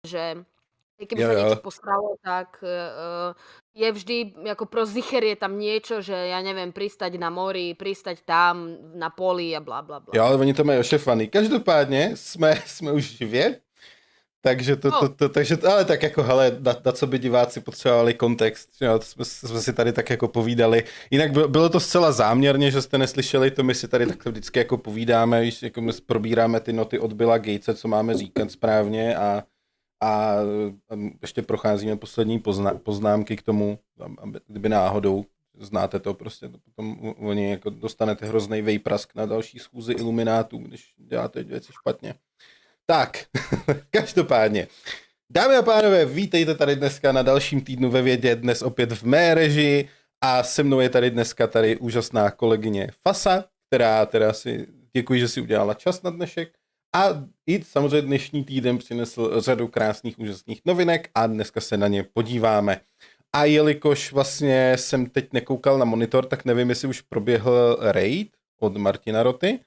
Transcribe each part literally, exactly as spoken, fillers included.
že keby Jo, sa niečo jo. posralo, tak, uh, je vždy ako pro zicher je tam niečo, že ja neviem, pristať na mori, pristať tam na poli a bla, bla, bla. Jo, ale oni to mají ošefaný. Každopádně jsme, jsme už živě, takže to, to, No. to, takže to, ale tak jako, hele, na, na co by diváci potřebovali kontext, jo, to jsme, jsme si tady tak jako povídali. Jinak bylo, bylo to zcela záměrně, že jste neslyšeli, to my si tady takhle vždycky jako povídáme, víš, jako my probíráme ty noty od Billa Gatese, co máme říkat správně a, a, a ještě procházíme poslední pozná, poznámky k tomu, aby, kdyby náhodou znáte to prostě, to potom oni jako dostanete hrozný vejprask na další schůzi iluminátů, když děláte věci špatně. Tak, každopádně. Dámy a pánové, vítejte tady dneska na dalším týdnu ve vědě, dnes opět v mé režii a se mnou je tady dneska tady úžasná kolegyně Fasa, která teda si, děkuji, že si udělala čas na dnešek a i samozřejmě dnešní týden přinesl řadu krásných úžasných novinek a dneska se na ně podíváme. A jelikož vlastně jsem teď nekoukal na monitor, tak nevím, jestli už proběhl raid od Martina Roty,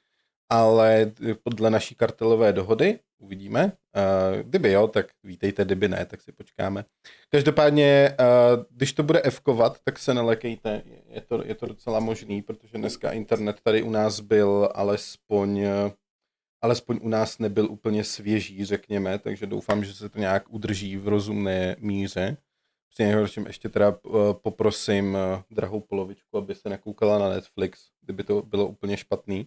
ale podle naší kartelové dohody uvidíme. Kdyby jo, tak vítejte, kdyby ne, tak si počkáme. Každopádně, když to bude F-kovat, tak se nelekejte, je to, je to docela možný, protože dneska internet tady u nás byl alespoň, alespoň u nás nebyl úplně svěží, řekněme, takže doufám, že se to nějak udrží v rozumné míře. Při nejhorším ještě teda poprosím drahou polovičku, aby se nekoukala na Netflix, kdyby to bylo úplně špatný.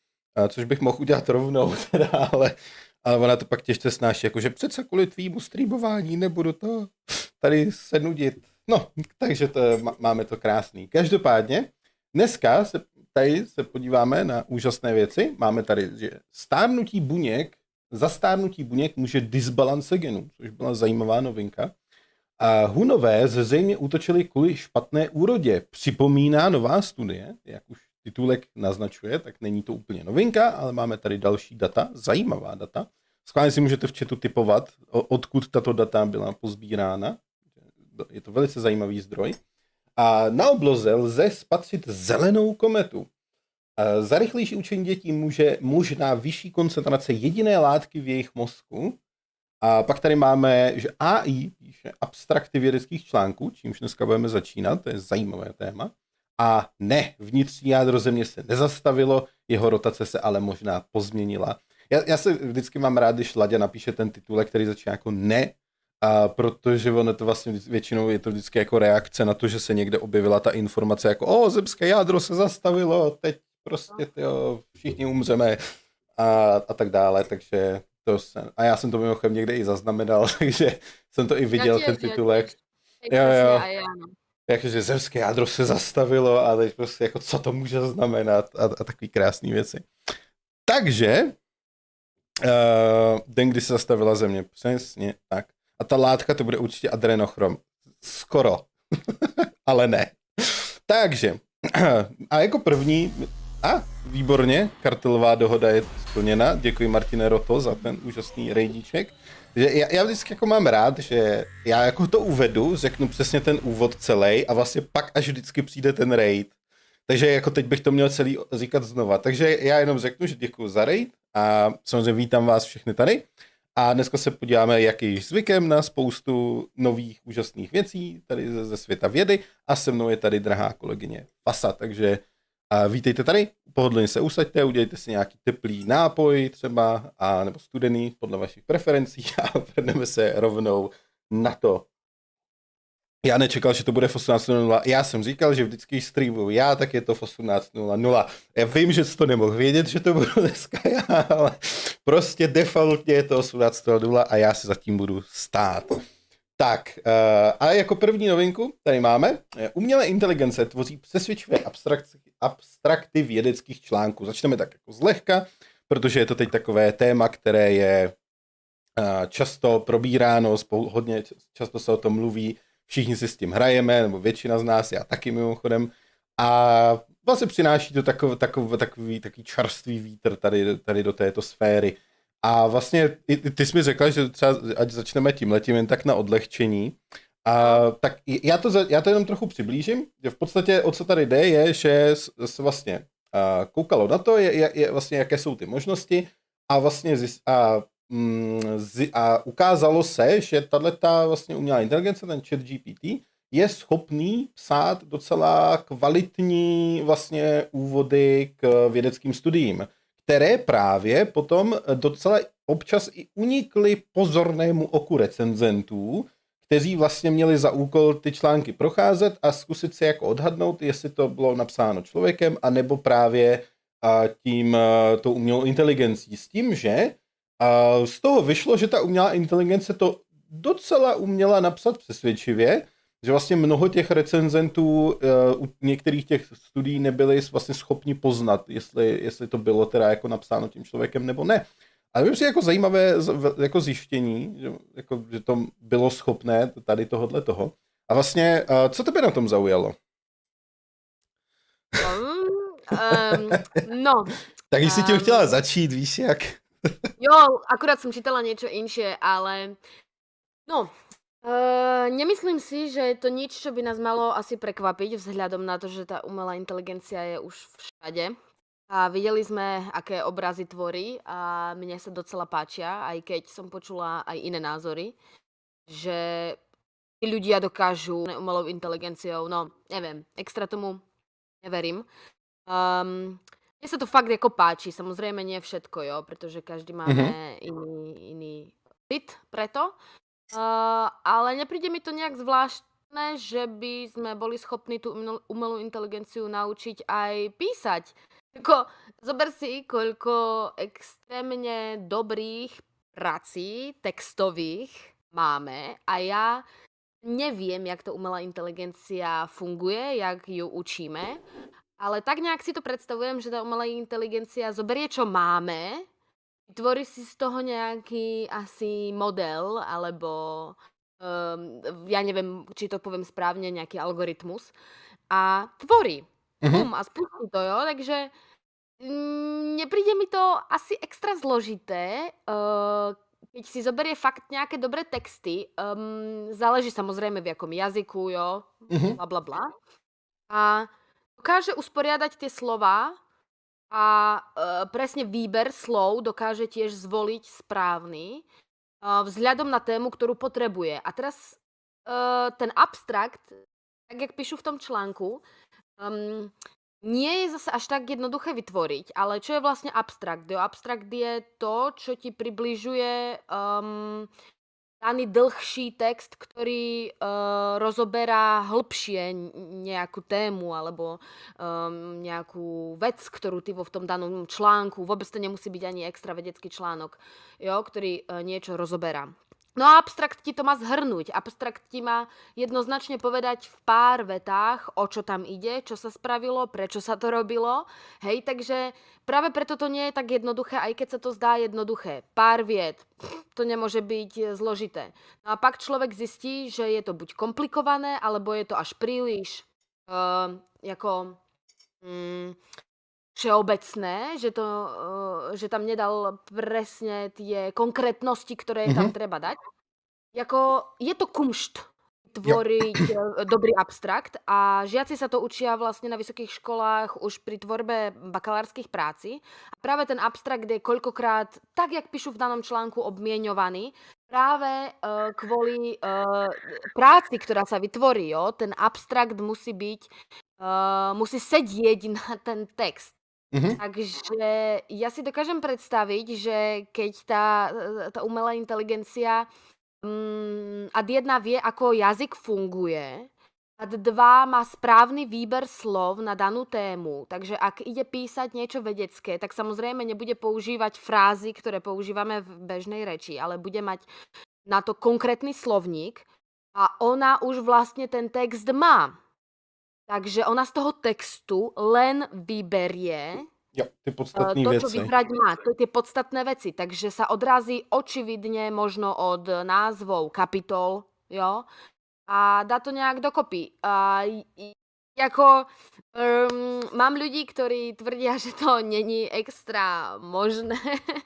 Což bych mohl udělat rovnou, teda, ale, ale ona to pak těžce snáší, jakože přece kvůli tvýmu streamování nebudu to tady se nudit. No, takže to, máme to krásný. Každopádně, dneska se tady se podíváme na úžasné věci. Máme tady, že stárnutí buněk, za stárnutí buněk může disbalance genů, což byla zajímavá novinka. A Hunové zřejmě útočili kvůli špatné úrodě. Připomíná nová studie, jak už titulek naznačuje, tak není to úplně novinka, ale máme tady další data, zajímavá data. Schválně si můžete v chatu tipovat, odkud tato data byla pozbírána. Je to velice zajímavý zdroj. A na obloze lze spatřit zelenou kometu. A za rychlejší učení dětí může možná vyšší koncentrace jediné látky v jejich mozku. A pak tady máme, že A I píše abstrakty vědeckých článků, čímž dneska budeme začínat, to je zajímavé téma. A ne, vnitřní jádro Země se nezastavilo, jeho rotace se ale možná pozměnila. Já, já se vždycky mám rád, když Ladě napíše ten titulek, který začíná jako ne, a protože ono to vlastně většinou je to vždycky jako reakce na to, že se někde objevila ta informace jako o, zemské jádro se zastavilo, teď prostě tyjo, všichni umřeme a, a tak dále, takže to jsem, a já jsem to mimochodem někde i zaznamenal, takže jsem to i viděl, ja ten tiež, titulek. Ja jo, jo. Aj, áno. Jakože zemské jádro se zastavilo a teď prostě jako co to může znamenat a, a takový krásný věci. Takže uh, den, kdy se zastavila Země, přesně tak. A ta látka to bude určitě adrenochrom. Skoro. Ale ne. Takže a jako první a výborně, kartelová dohoda je splněna. Děkuji Martine Roto za ten úžasný rejdíček. Že já, já vždycky jako mám rád, že já jako to uvedu, řeknu přesně ten úvod celý a vlastně pak až vždycky přijde ten raid. Takže jako teď bych to měl celý říkat znova. Takže já jenom řeknu, že děkuji za raid a samozřejmě vítám vás všechny tady. A dneska se podíváme, jak je již zvykem, na spoustu nových úžasných věcí tady ze, ze světa vědy a se mnou je tady drahá kolegyně Fasa, takže a vítejte tady, pohodlně se usaďte, udělejte si nějaký teplý nápoj třeba, a nebo studený podle vašich preferencí a vrhneme se rovnou na to. Já nečekal, že to bude v osmnáct nula nula, já jsem říkal, že vždycky streamuju já, tak je to v osmnáct nula nula. Já vím, že jsi to nemohl vědět, že to budu dneska já, ale prostě defaultně je to osmnáct nula nula a já si zatím budu stát. Tak, a jako první novinku tady máme, umělé inteligence tvoří přesvědčivé abstrakty vědeckých článků. Začneme tak jako zlehka, protože je to teď takové téma, které je často probíráno, hodně často se o tom mluví, všichni si s tím hrajeme, nebo většina z nás, já taky mimochodem, a vlastně přináší to takový, takový, takový, takový čerstvý vítr tady, tady do této sféry. A vlastně ty, ty jsi mi řekla, že třeba ať začneme tímhletím jen tak na odlehčení. A tak já to, já to jenom trochu přiblížím, že v podstatě o co tady jde je, že se vlastně koukalo na to, je, je vlastně jaké jsou ty možnosti a vlastně zjist, a mm, zi- a ukázalo se, že tato vlastně umělá inteligence, ten chat G P T, je schopný psát docela kvalitní vlastně úvody k vědeckým studiím, které právě potom docela občas i unikly pozornému oku recenzentů, kteří vlastně měli za úkol ty články procházet a zkusit si jako odhadnout, jestli to bylo napsáno člověkem, anebo právě a tím a, tou umělou inteligencí. S tím, že a z toho vyšlo, že ta umělá inteligence to docela uměla napsat přesvědčivě, že vlastně mnoho těch recenzentů uh, u některých těch studií nebyli vlastně schopni poznat, jestli, jestli to bylo teda jako napsáno tím člověkem nebo ne. Ale myslím, jako zajímavé jako zjištění, že, jako, že to bylo schopné tady tohodle toho. A vlastně, uh, co tebe na tom zaujalo? Um, um, no. Tak jsi um, tím chtěla začít, víš jak? Jo, akurát som čítala niečo inšie, ale no, uh, nemyslím si, že je to nič, čo by nás malo asi prekvapiť vzhľadom na to, že tá umelá inteligencia je už všade. A videli sme, aké obrazy tvorí a mne sa docela páčia, aj keď som počula aj iné názory, že tí ľudia dokážu umelou inteligenciou, no neviem, extra tomu neverím. Um, mne sa to fakt jako páči, samozrejme nie všetko, jo, pretože každý máme Mhm. iný, iný cit preto, uh, ale nepríde mi to nejak zvláštne, že by sme boli schopní tú umelú- umelú inteligenciu naučiť aj písať. Ako, zober si, koľko extrémne dobrých prací textových máme a ja neviem, jak to umelá inteligencia funguje, jak ju učíme, ale tak nejak si to predstavujem, že tá umelá inteligencia zoberie, čo máme, vytvorí si z toho nejaký asi model, alebo um, ja neviem, či to poviem správne, nejaký algoritmus a tvorí. Mhm. Bum, a spustí to, jo, takže mm, nepríde mi to asi extra zložité, uh, keď si zoberie fakt nejaké dobré texty, um, záleží samozrejme v jakom jazyku, jo, Mhm. bla bla bla. A dokáže usporiadať tie slova a e, presne výber slov dokáže tiež zvoliť správny e, vzhľadom na tému, ktorú potrebuje. A teraz e, ten abstrakt, tak jak píšu v tom článku, um, nie je zase až tak jednoduché vytvoriť, ale čo je vlastne abstrakt? Jo? Abstrakt je to, čo ti približuje um, daný dlhší text, ktorý uh, rozoberá hlbšie n- nejakú tému alebo um, nejakú vec, ktorú ty vo v tom danom článku, vôbec to nemusí byť ani extra vedecký článok, jo, ktorý uh, niečo rozoberá. No a abstrakt ti to má zhrnúť. Abstrakt ti má jednoznačne povedať v pár vetách, o čo tam ide, čo sa spravilo, prečo sa to robilo. Hej, takže práve preto to nie je tak jednoduché, aj keď sa to zdá jednoduché. Pár viet, to nemôže byť e, zložité. No a pak človek zistí, že je to buď komplikované, alebo je to až príliš uh, jako mm, všeobecné, že, to, uh, že tam nedal presne tie konkrétnosti, ktoré tam Mhm. treba dať. Jako, je to kumšt Jo. tvoriť e, dobrý abstrakt a žiaci sa to učia vlastne na vysokých školách už pri tvorbe bakalárskych práci. A práve ten abstrakt je koľkokrát, tak jak píšu v danom článku, obmieňovaný práve uh, kvôli uh, práci, ktorá sa vytvorí. Jo? Ten abstrakt musí byť, uh, musí sedieť na ten text. Mhm. Takže ja si dokážem predstaviť, že keď tá, tá umelá inteligencia mm, ad jedna vie, ako jazyk funguje, ad dva má správny výber slov na danú tému. Takže ak ide písať niečo vedecké, tak samozrejme nebude používať frázy, ktoré používame v bežnej reči, ale bude mať na to konkrétny slovník a ona už vlastne ten text má. Takže ona z toho textu len vyberie Jo, ty eh, podstatné to, čo věci. vybrať má, to tie podstatné veci. Takže sa odrazí očividne možno od názvov kapitol, jo, a dá to nejak dokopy. A j- j- jako um, mám ľudí, ktorí tvrdia, že to není extra možné.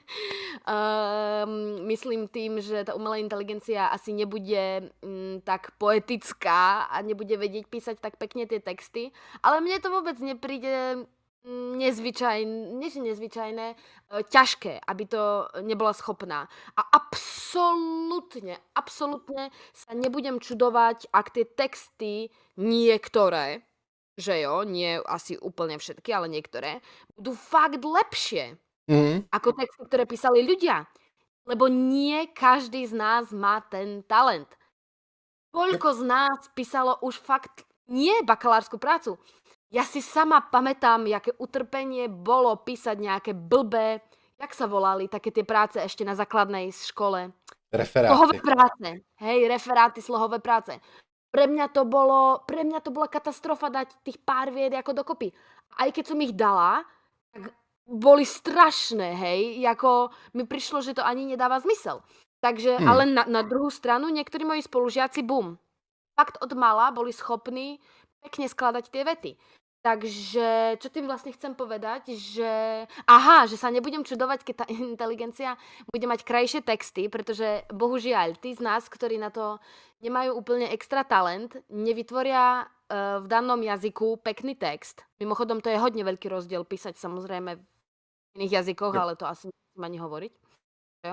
um, myslím tým, že tá umelá inteligencia asi nebude um, tak poetická a nebude vedieť písať tak pekne tie texty. Ale mne to vôbec nepríde mm, nezvyčajné, nie že nezvyčajné, e, ťažké, aby to nebola schopná. A absolútne, absolútne sa nebudem čudovať, ak tie texty niektoré, že jo, nie asi úplne všetky, ale niektoré, budú fakt lepšie Mhm. ako texty, ktoré písali ľudia. Lebo nie každý z nás má ten talent. Koľko z nás písalo už fakt nie bakalárskú prácu. Ja si sama pamätám, jaké utrpenie bolo písať nejaké blbé, jak sa volali, také tie práce ešte na základnej škole. Slohové Referáty. práce. Hej, referáty, slohové práce. Pre mňa to bolo, pre mňa to bola katastrofa dať tých pár vied ako dokopy. Aj keď som ich dala, tak boli strašné, hej, ako mi prišlo, že to ani nedáva zmysel. Takže, Hmm. ale na, na druhú stranu, niektorí moji spolužiaci, bum, fakt od mala boli schopní pekne skladať tie vety. Takže, čo tým vlastne chcem povedať, že aha, že sa nebudem čudovať, keď tá inteligencia bude mať krajšie texty, pretože bohužiaľ, tí z nás, ktorí na to nemajú úplne extra talent, nevytvoria uh, v danom jazyku pekný text. Mimochodom, to je hodne veľký rozdiel písať samozrejme v iných jazykoch, Jo. ale to asi nemusím ani hovoriť. Jo?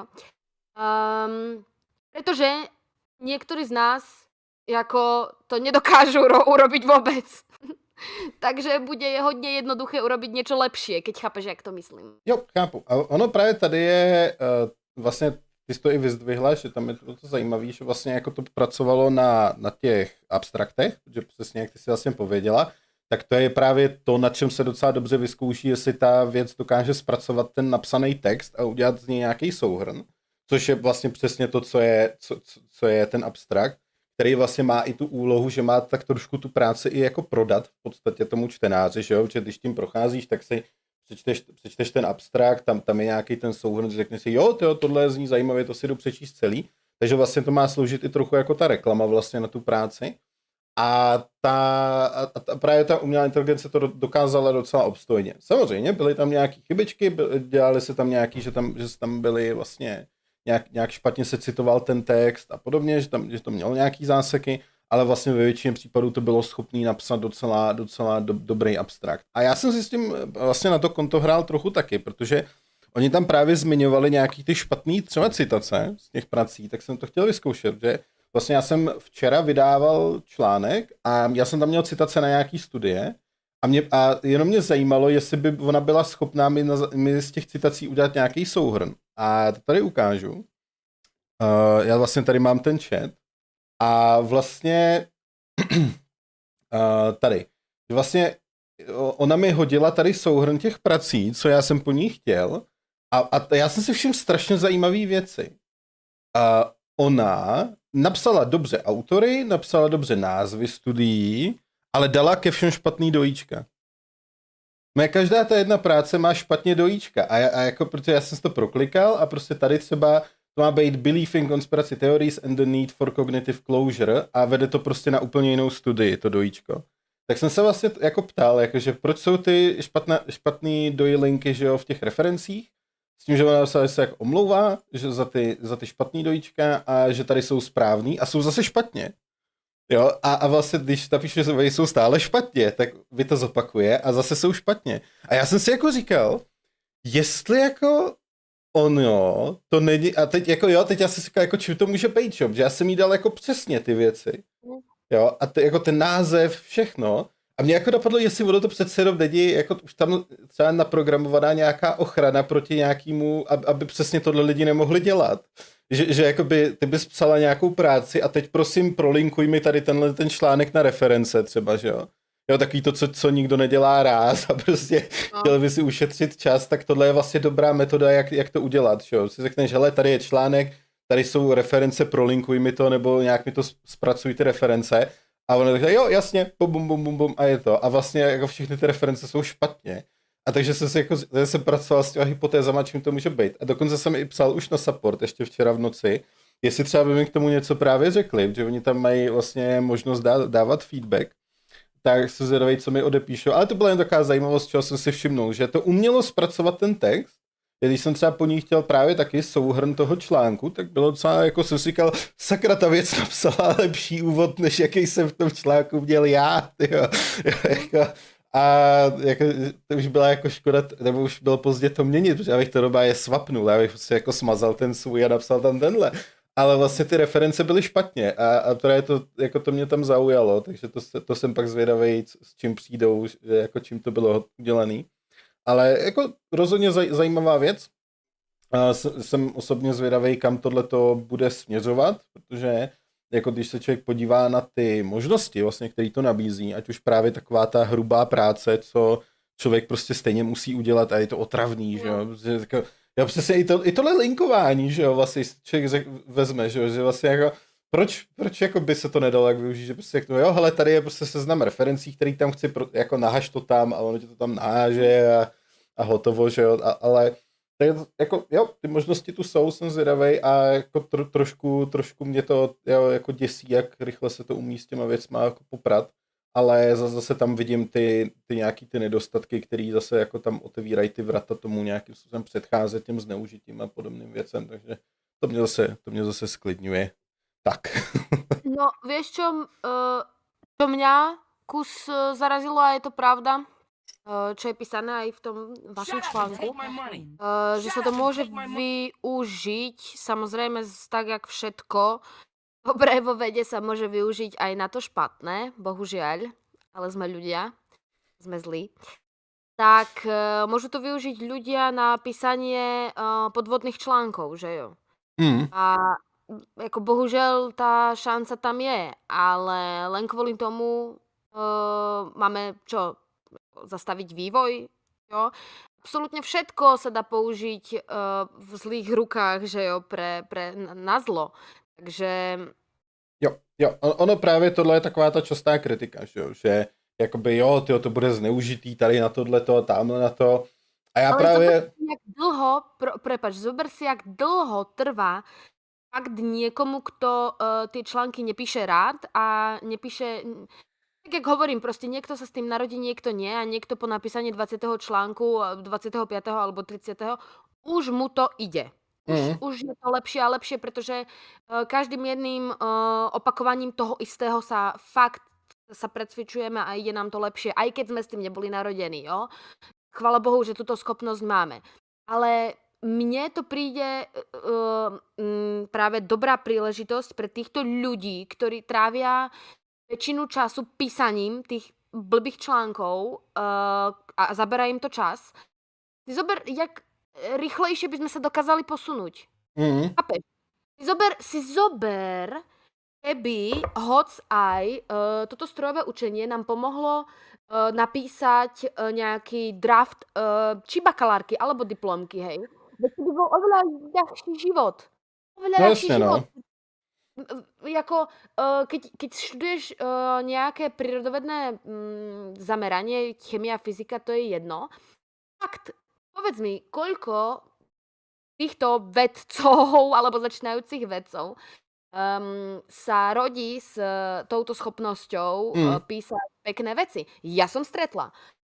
Um, pretože niektorí z nás jako to nedokážu ro- urobiť vôbec. Takže bude je hodně jednoduché urobit něco lepšie, keď chápeš, jak to myslím. Jo, chápu. A ono právě tady je, uh, vlastně ty jsi to i vyzdvihla, že tam je to, to zajímavé, že vlastně jako to pracovalo na, na těch abstraktech, že přesně jak ty si vlastně pověděla, tak to je právě to, na čem se docela dobře vyzkouší, jestli ta věc dokáže zpracovat ten napsaný text a udělat z něj nějaký souhrn, což je vlastně přesně to, co je, co, co je ten abstrakt, který vlastně má i tu úlohu, že má tak trošku tu práci i jako prodat v podstatě tomu čtenáři, že jo, že když tím procházíš, tak si přečteš, přečteš ten abstrakt, tam, tam je nějaký ten souhrn, že řekneš si, jo, tyjo, tohle zní zajímavě, to si jdu přečíst celý, takže vlastně to má sloužit i trochu jako ta reklama vlastně na tu práci. A, ta, a, a právě ta umělá inteligence to dokázala docela obstojně. Samozřejmě byly tam nějaké chybičky, byly, dělali se tam nějaký, že tam, že tam byly vlastně nějak, nějak špatně se citoval ten text a podobně, že, tam, že to mělo nějaký záseky, ale vlastně ve většině případů to bylo schopný napsat docela, docela do, dobrý abstrakt. A já jsem si s tím vlastně na to konto hrál trochu taky, protože oni tam právě zmiňovali nějaký ty špatný třeba citace z těch prací, tak jsem to chtěl vyzkoušet, že vlastně já jsem včera vydával článek a já jsem tam měl citace na nějaký studie a, mě, a jenom mě zajímalo, jestli by ona byla schopná mi, na, mi z těch citací udělat nějaký souhrn. A to tady ukážu. Uh, já vlastně tady mám ten chat a vlastně uh, tady. Vlastně ona mi hodila tady souhrn těch prací, co já jsem po ní chtěl a, a já jsem si všiml strašně zajímavé věci. Uh, ona napsala dobře autory, napsala dobře názvy studií, ale dala ke všem špatný dojíčka. Mé každá ta jedna práce má špatně dojíčka a, a jako, protože já jsem si to proklikal a prostě tady třeba to má být Belief in Conspiracy Theories and the Need for Cognitive Closure a vede to prostě na úplně jinou studii, to dojíčko. Tak jsem se vlastně jako ptal, jakože proč jsou ty špatné, špatný dojilinky, že jo, v těch referencích, s tím, že ona se jak omlouvá že za, ty, za ty špatný dojíčka a že tady jsou správný a jsou zase špatně. Jo, a, a vlastně, když napíše, že jsou stále špatně, tak vy to zopakuje a zase jsou špatně. A já jsem si jako říkal, jestli jako ono, to není, a teď jako jo, teď já jsem si říkal, jako čím to může být, že já jsem jí dal jako přesně ty věci. Jo, a to, jako ten název, všechno. A mě jako napadlo, jestli ono to přece jenom není, jako už tam třeba naprogramovaná nějaká ochrana proti nějakému, aby, aby přesně tohle lidi nemohli dělat. Že, že jakoby ty bys psala nějakou práci a teď prosím prolinkuj mi tady tenhle ten článek na reference třeba, že jo. Jo, takový to, co, co nikdo nedělá rád a prostě no. Chtěl by si ušetřit čas, tak tohle je vlastně dobrá metoda, jak, jak to udělat, že jo. Si řekneš, hele, tady je článek, tady jsou reference, prolinkuj mi to, nebo nějak mi to zpracuj ty reference. A ono řekne, jo, jasně, bum, bum, bum, bum, bum, a je to. A vlastně jako všechny ty reference jsou špatně. A takže jsem si jako, jsem pracoval s těma hypotézama, čím to může být. A dokonce jsem i psal už na support, ještě včera v noci, jestli třeba by mi k tomu něco právě řekli, že oni tam mají vlastně možnost dá, dávat feedback, tak se zvědavej, co mi odepíšou. Ale to byla jen taková zajímavost, čeho jsem si všimnul, že to umělo zpracovat ten text. Když jsem třeba po ní chtěl právě taky souhrn toho článku, tak bylo docela, jako jsem si říkal, sakra, ta věc napsala lepší úvod, než jaký jsem v tom článku měl já, tyjo. Jako, A jako, to už byla jako škoda, nebo už bylo pozdě to měnit, protože já bych to doba je svapnul, já bych prostě jako smazal ten svůj a napsal tam tenhle. Ale vlastně ty reference byly špatně a, a právě to, jako to mě tam zaujalo, takže to, to jsem pak zvědavý, s čím přijdou, jako čím to bylo udělané. Ale jako rozhodně zaj, zajímavá věc. A jsem osobně zvědavý, kam tohle to bude směřovat, protože jako když se člověk podívá na ty možnosti, vlastně, které to nabízí, ať už právě taková ta hrubá práce, co člověk prostě stejně musí udělat a je to otravný, že jo. Já přesně i, to, i tohle linkování, že jo, vlastně člověk řek, vezme, že jo, že vlastně jako proč, proč jako by se to nedalo jak využít, že prostě jako, jo, hele, tady je prostě seznam referencí, který tam chci, pro, jako nahaž to tam a ono ti to tam naháže a, a hotovo, že jo, a, ale jako, jo, ty možnosti tu jsou, jsem zvědavej a jako tro, trošku, trošku mě to jo, jako děsí, jak rychle se to umí s těma věcma jako poprat, ale zase, zase tam vidím ty, ty nějaký ty nedostatky, které zase jako tam otevírají ty vrata tomu nějakým způsobem předcházet těm zneužitím a podobným věcem, takže to mě zase, to mě zase sklidňuje. Tak. No, vieš čo, uh, čo mňa kus uh, zarazilo a je to pravda, uh, čo je písané aj v tom vašom článku, uh, že sa to môže využiť, samozrejme tak, jak všetko, dobre vo vede sa môže využiť aj na to špatné, bohužiaľ, ale sme ľudia, sme zlí. Tak uh, môžu to využiť ľudia na písanie uh, podvodných článkov, že jo? Mm. A jako bohužel tá šanca tam je, ale len kvôli tomu uh, máme čo, zastaviť vývoj, jo? Absolutne všetko sa dá použiť uh, v zlých rukách, že jo, pre, pre na zlo. Takže... Jo, jo, ono právě tohle je taková ta častá kritika, že jo, že jakoby jo, tyjo, to bude zneužitý tady na tohleto, tamhle na to. A já ale právě... zober si, jak dlho, pro, prepač, zober si, jak dlho trvá fakt niekomu, kto uh, tie články nepíše rád a nepíše... Tak jak hovorím, proste niekto sa s tým narodí, niekto nie a niekto po napísaní dvadsiateho článku, dvadsiateho piateho alebo tridsiateho už mu to ide. Už, Mm. už je to lepšie a lepšie, pretože uh, každým jedným uh, opakovaním toho istého sa fakt sa predsvičujeme a ide nám to lepšie, aj keď sme s tým neboli narodení, jo. Chvála Bohu, že túto schopnosť máme. Ale mne to príde uh, um, práve dobrá príležitosť pre týchto ľudí, ktorí trávia väčšinu času písaním tých blbých článkov uh, a zabera im to čas. Ty zober, jak rýchlejšie by sme sa dokázali posunúť. Mm. Chápeš? Si zober, si zober, keby hoc aj uh, toto strojové učenie nám pomohlo uh, napísať uh, nejaký draft uh, či bakalárky alebo diplomky, hej. Veď to by bol oveľa ľahší život. Oveľa No ľahší jasne, život. no. Jako, uh, keď, keď študuješ uh, nejaké prírodovedné um, zameranie, chemia, fyzika, to je jedno. Fakt, povedz mi, koľko týchto vedcov alebo začínajúcich vedcov um, sa rodí s uh, touto schopnosťou Mm. uh, písať pekné veci. Ja som stretla.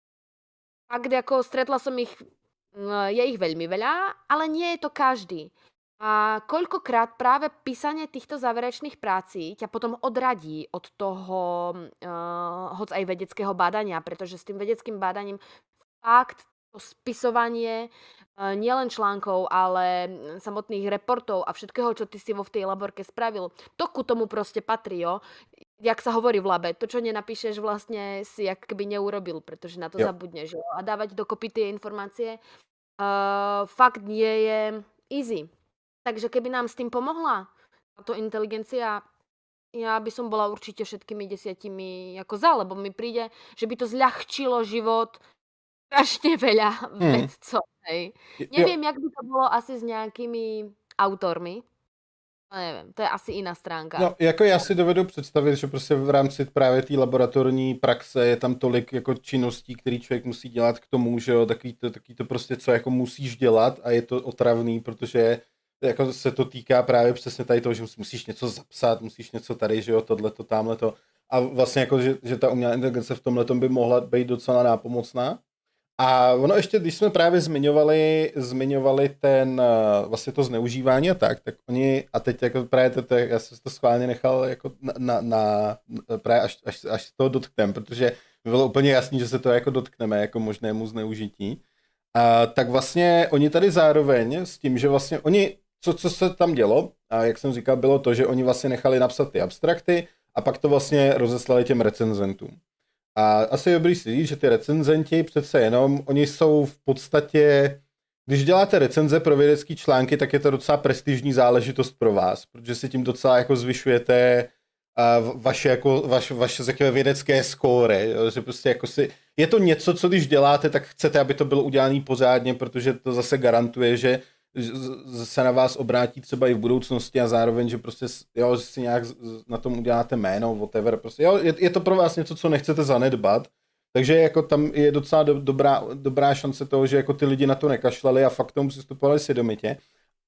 Fakt, ako stretla som ich, uh, je ich veľmi veľa, ale nie je to každý. A koľkokrát práve písanie týchto záverečných prací ťa potom odradí od toho uh, hoc aj vedeckého bádania, pretože s tým vedeckým bádaním fakt to spisovanie uh, nielen článkov, ale samotných reportov a všetkého, čo ty si vo v tej laborke spravil, to ku tomu proste patrí, jo. Jak sa hovorí v labe, to, čo nenapíšeš, vlastne si jak keby neurobil, pretože na to Jo. zabudneš, jo. A dávať dokopy tie informácie uh, fakt nie je easy. Takže keby nám s tým pomohla táto inteligencia, ja by som bola určite všetkými desiatimi ako za, lebo mi príde, že by to zľahčilo život strašne veľa Mm. vedcov, hej. Jo, Neviem, jak by to bolo asi s nejakými autormi, ale neviem, to je asi iná stránka. no, jako já si dovedu představit, že prostě v rámci právě té laboratorní praxe je tam tolik jako činností, který člověk musí dělat k tomu, že jo, takový to, takový to prostě, co jako musíš dělat a je to otravný, protože jako se to týká právě přesně tady toho, že musíš něco zapsat, musíš něco tady, že jo, tohleto, tamhleto. A vlastně jako, že, že ta umělá inteligence v tomhletom by mohla být docela nápomocná. A ono ještě, když jsme právě zmiňovali, zmiňovali ten, vlastně to zneužívání a tak, tak oni, a teď jako právě to, já jsem to schválně nechal jako na, na, na právě až, až, až to dotknem, protože bylo úplně jasný, že se to jako dotkneme jako možnému zneužití. A tak vlastně oni tady zároveň s tím, že vlastně oni, co, co se tam dělo, a jak jsem říkal, bylo to, že oni vlastně nechali napsat ty abstrakty a pak to vlastně rozeslali těm recenzentům. A asi je dobrý si říct, že ty recenzenti přece jenom, oni jsou v podstatě, když děláte recenze pro vědecké články, tak je to docela prestižní záležitost pro vás, protože si tím docela jako zvyšujete uh, vaše, jako, vaš, vaše řekněme, vědecké skóre, jo? Že prostě jako si, je to něco, co když děláte, tak chcete, aby to bylo udělané pořádně, protože to zase garantuje, že se na vás obrátí třeba i v budoucnosti a zároveň, že prostě jo, že si nějak na tom uděláte jméno, whatever, prostě jo, je, je to pro vás něco, co nechcete zanedbat, takže jako tam je docela do, dobrá, dobrá šance toho, že jako ty lidi na to nekašlali a fakt tomu přistupovali svědomitě,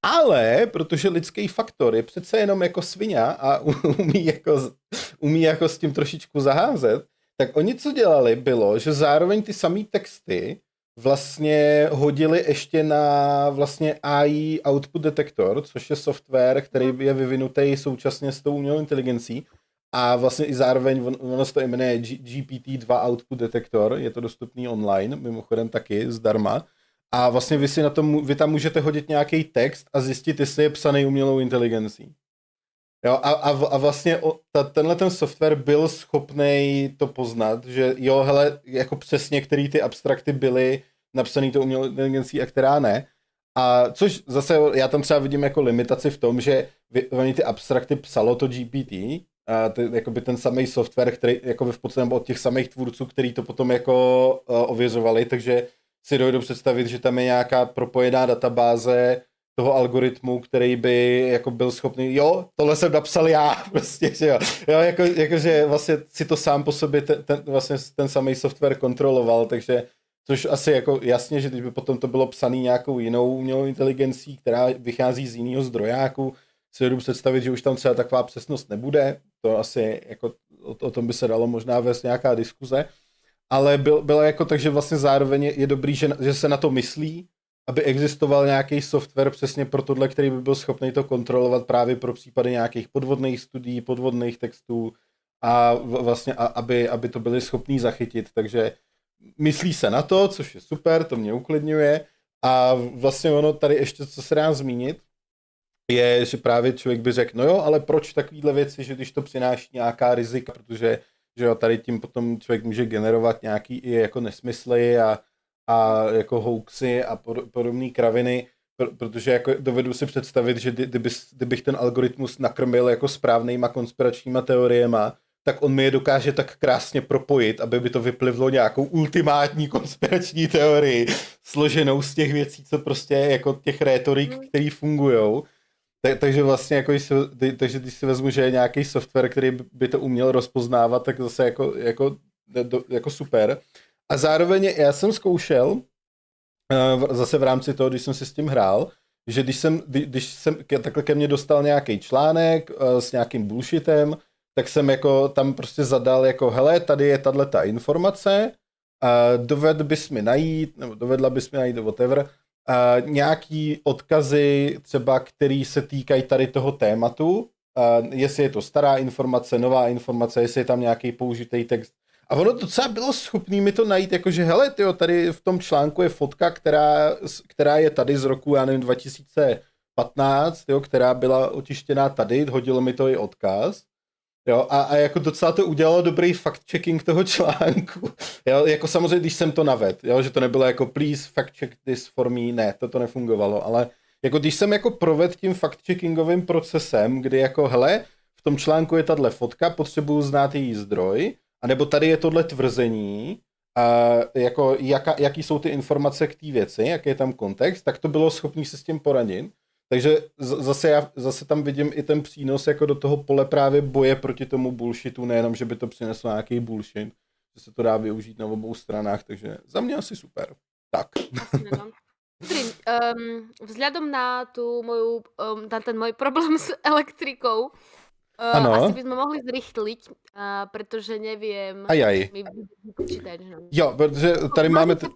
ale protože lidský faktor je přece jenom jako svině a umí jako, umí jako s tím trošičku zaházet, tak oni co dělali bylo, že zároveň ty samý texty vlastně hodili ještě na vlastně A I Output Detector, což je software, který je vyvinutý současně s tou umělou inteligencí a vlastně i zároveň ono se to jmenuje G P T dva Output Detector, je to dostupný online, mimochodem taky zdarma a vlastně vy si na tom, vy tam můžete hodit nějaký text a zjistit, jestli je psaný umělou inteligencí. Jo, a, a, a vlastně ta, tenhle ten software byl schopný to poznat, že jo, hele, jako přesně, který ty abstrakty byly napsaný to umělou inteligencí a která ne. A což zase já tam třeba vidím jako limitaci v tom, že oni ty abstrakty psalo to G P T, a to, jakoby ten samý software, který jako v podstatě od těch samých tvůrců, který to potom jako uh, ověřovali, takže si dovedu představit, že tam je nějaká propojená databáze toho algoritmu, který by jako byl schopný, jo, tohle jsem napsal já, prostě, že jo, jo jako, jakože vlastně si to sám po sobě ten, ten, vlastně ten samý software kontroloval, takže, což asi jako jasně, že když by potom to bylo psaný nějakou jinou umělou inteligencí, která vychází z jiného zdrojáku, si dovedu představit, že už tam třeba taková přesnost nebude, to asi jako o, o tom by se dalo možná vést nějaká diskuze, ale byl, bylo jako tak, že vlastně zároveň je, je dobrý, že, že se na to myslí, aby existoval nějaký software přesně pro tohle, který by byl schopný to kontrolovat právě pro případy nějakých podvodných studií, podvodných textů a vlastně, a, aby, aby to byli schopní zachytit. Takže myslí se na to, což je super, to mě uklidňuje. A vlastně ono tady ještě, co se dá zmínit, je, že právě člověk by řekl, no jo, ale proč takovýhle věci, že když to přináší nějaká rizika, protože že jo, tady tím potom člověk může generovat nějaký i jako nesmysly a a jako hoaxy a podobné kraviny, protože jako dovedu si představit, že kdyby, kdybych ten algoritmus nakrmil jako správnýma konspiračníma teoriema, tak on mi je dokáže tak krásně propojit, aby by to vyplivlo nějakou ultimátní konspirační teorii, složenou z těch věcí, co prostě jako těch rétorik, které fungujou. Tak, takže vlastně jako, takže když si vezmu, že je nějaký software, který by to uměl rozpoznávat, tak zase jako, jako, jako super. A zároveň já jsem zkoušel, zase v rámci toho, když jsem si s tím hrál, že když jsem, když jsem takhle ke mně dostal nějaký článek s nějakým bullshitem, tak jsem jako tam prostě zadal jako hele, tady je tato informace, doved bys mi najít, nebo dovedla bys mi najít, whatever, nějaký odkazy třeba, který se týkají tady toho tématu, jestli je to stará informace, nová informace, jestli je tam nějaký použitý text. A ono docela bylo schopný mi to najít, jakože hele, tyjo, tady v tom článku je fotka, která, která je tady z roku, já nevím, dva tisíce patnáct, jo, která byla otištěná tady, hodilo mi to i odkaz. Jo, a, a jako docela to udělalo dobrý fact-checking toho článku. Jo, jako samozřejmě, když jsem to navedl, jo, že to nebylo jako please fact-check this for me, ne, to to nefungovalo, ale jako když jsem jako provedl tím fact-checkingovým procesem, kdy jako hele, v tom článku je tahle fotka, potřebuju znát její zdroj, a nebo tady je tohle tvrzení, a jako jaka, jaký jsou ty informace k té věci, jaký je tam kontext, tak to bylo schopný se s tím poradit. Takže zase, já, zase tam vidím i ten přínos jako do toho pole právě boje proti tomu bullshitu, nejenom, že by to přineslo nějaký bullshit, že se to dá využít na obou stranách, takže za mě asi super. Tak. Dobrý, um, vzhľadom na tú moju, um, na ten môj problém s elektrikou, Uh, asi by sme mohli zrychliť, uh, pretože neviem Ajaj. mi vypočítať. No. Jo, protože tady máme... T...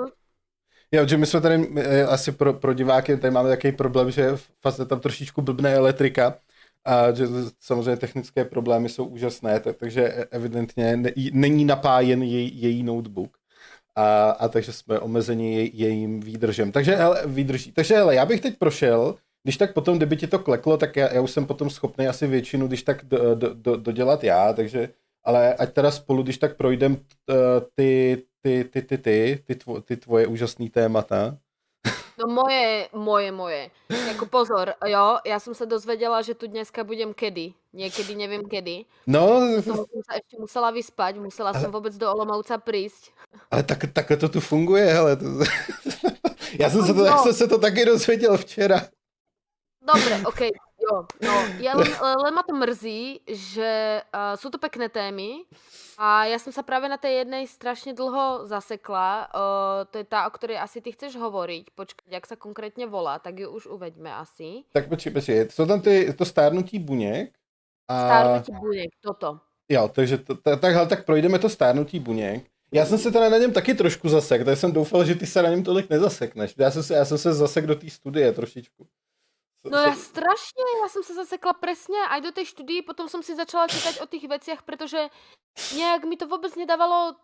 Jo, že my jsme tady, asi pro, pro diváky, tady máme takový problém, že fakt tam trošičku blbne elektrika A že samozřejmě technické problémy jsou úžasné, tak, takže evidentně ne, není napájen jej, její notebook. A, a takže jsme omezeni jej, jejím výdržem. Takže hele, výdrží. Takže hele, já bych teď prošel, když tak potom, kdyby ti to kleklo, tak já, já už jsem potom schopný asi většinu, když tak do, do, do, dodělat já, takže, ale ať teda spolu, když tak projdem ty, ty, ty, ty, ty, ty, tvo, ty tvoje úžasný témata. No moje, moje, moje. Jako pozor, jo, já jsem se dozvedela, že tu dneska budem kedy. Někdy, nevím kedy. No. Tomu jsem se ještě musela vyspať, musela ale... jsem vůbec do Olomouca prísť. Ale tak, takhle to tu funguje, hele. To... já, jsem se to, no. já jsem se to taky dozvěděl včera. Dobre, okej, okay, jo, no, ja len, len ma to mrzí, že uh, sú to pekné témy a ja som sa práve na tej jednej strašne dlho zasekla, uh, to je tá, o ktorej asi ty chceš hovoriť, počkať, jak sa konkrétne volá, tak ju už uveďme asi. Tak počkej, počkej, jsou tam ty, to stárnutí buněk. A... Stárnutí buněk, toto. Jo, takže to, tak, tak, tak projdeme to stárnutí buněk. Já jsem se teda na něm taky trošku zasek, tak jsem doufal, že ty se na něm tolik nezasekneš. Já jsem se, já jsem se zasek do té studie trošičku. No ja strašne, ja som sa zasekla presne aj do tej štúdii, potom som si začala čítať o tých veciach, pretože nejak mi to vôbec nedávalo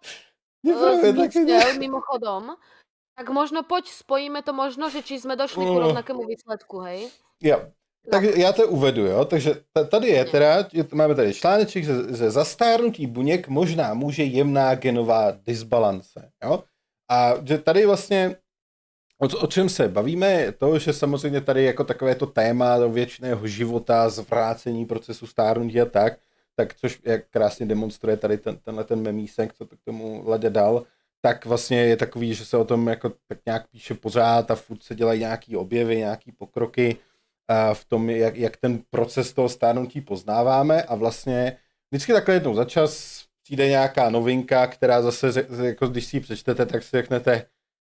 zmysel mimochodom. Tak možno poď, spojíme to možno, že či sme došli ku rovnakému výsledku, hej? Jo, tak já to uvedu, jo, takže tady je teda, máme tady článeček, že, že za stárnutí buněk možná může jemná genová disbalance, jo? A že tady vlastně O, o čem se bavíme, je to, že samozřejmě tady jako takové to téma věčného života, zvrácení procesu stárnutí a tak, tak což jak krásně demonstruje tady ten, tenhle ten memísek, co to k tomu Ladě dal, tak vlastně je takový, že se o tom jako tak nějak píše pořád a furt se dělají nějaký objevy, nějaký pokroky a v tom, jak, jak ten proces toho stárnutí poznáváme a vlastně vždycky takhle jednou za čas přijde nějaká novinka, která zase, jako když si ji přečtete, tak si řeknete,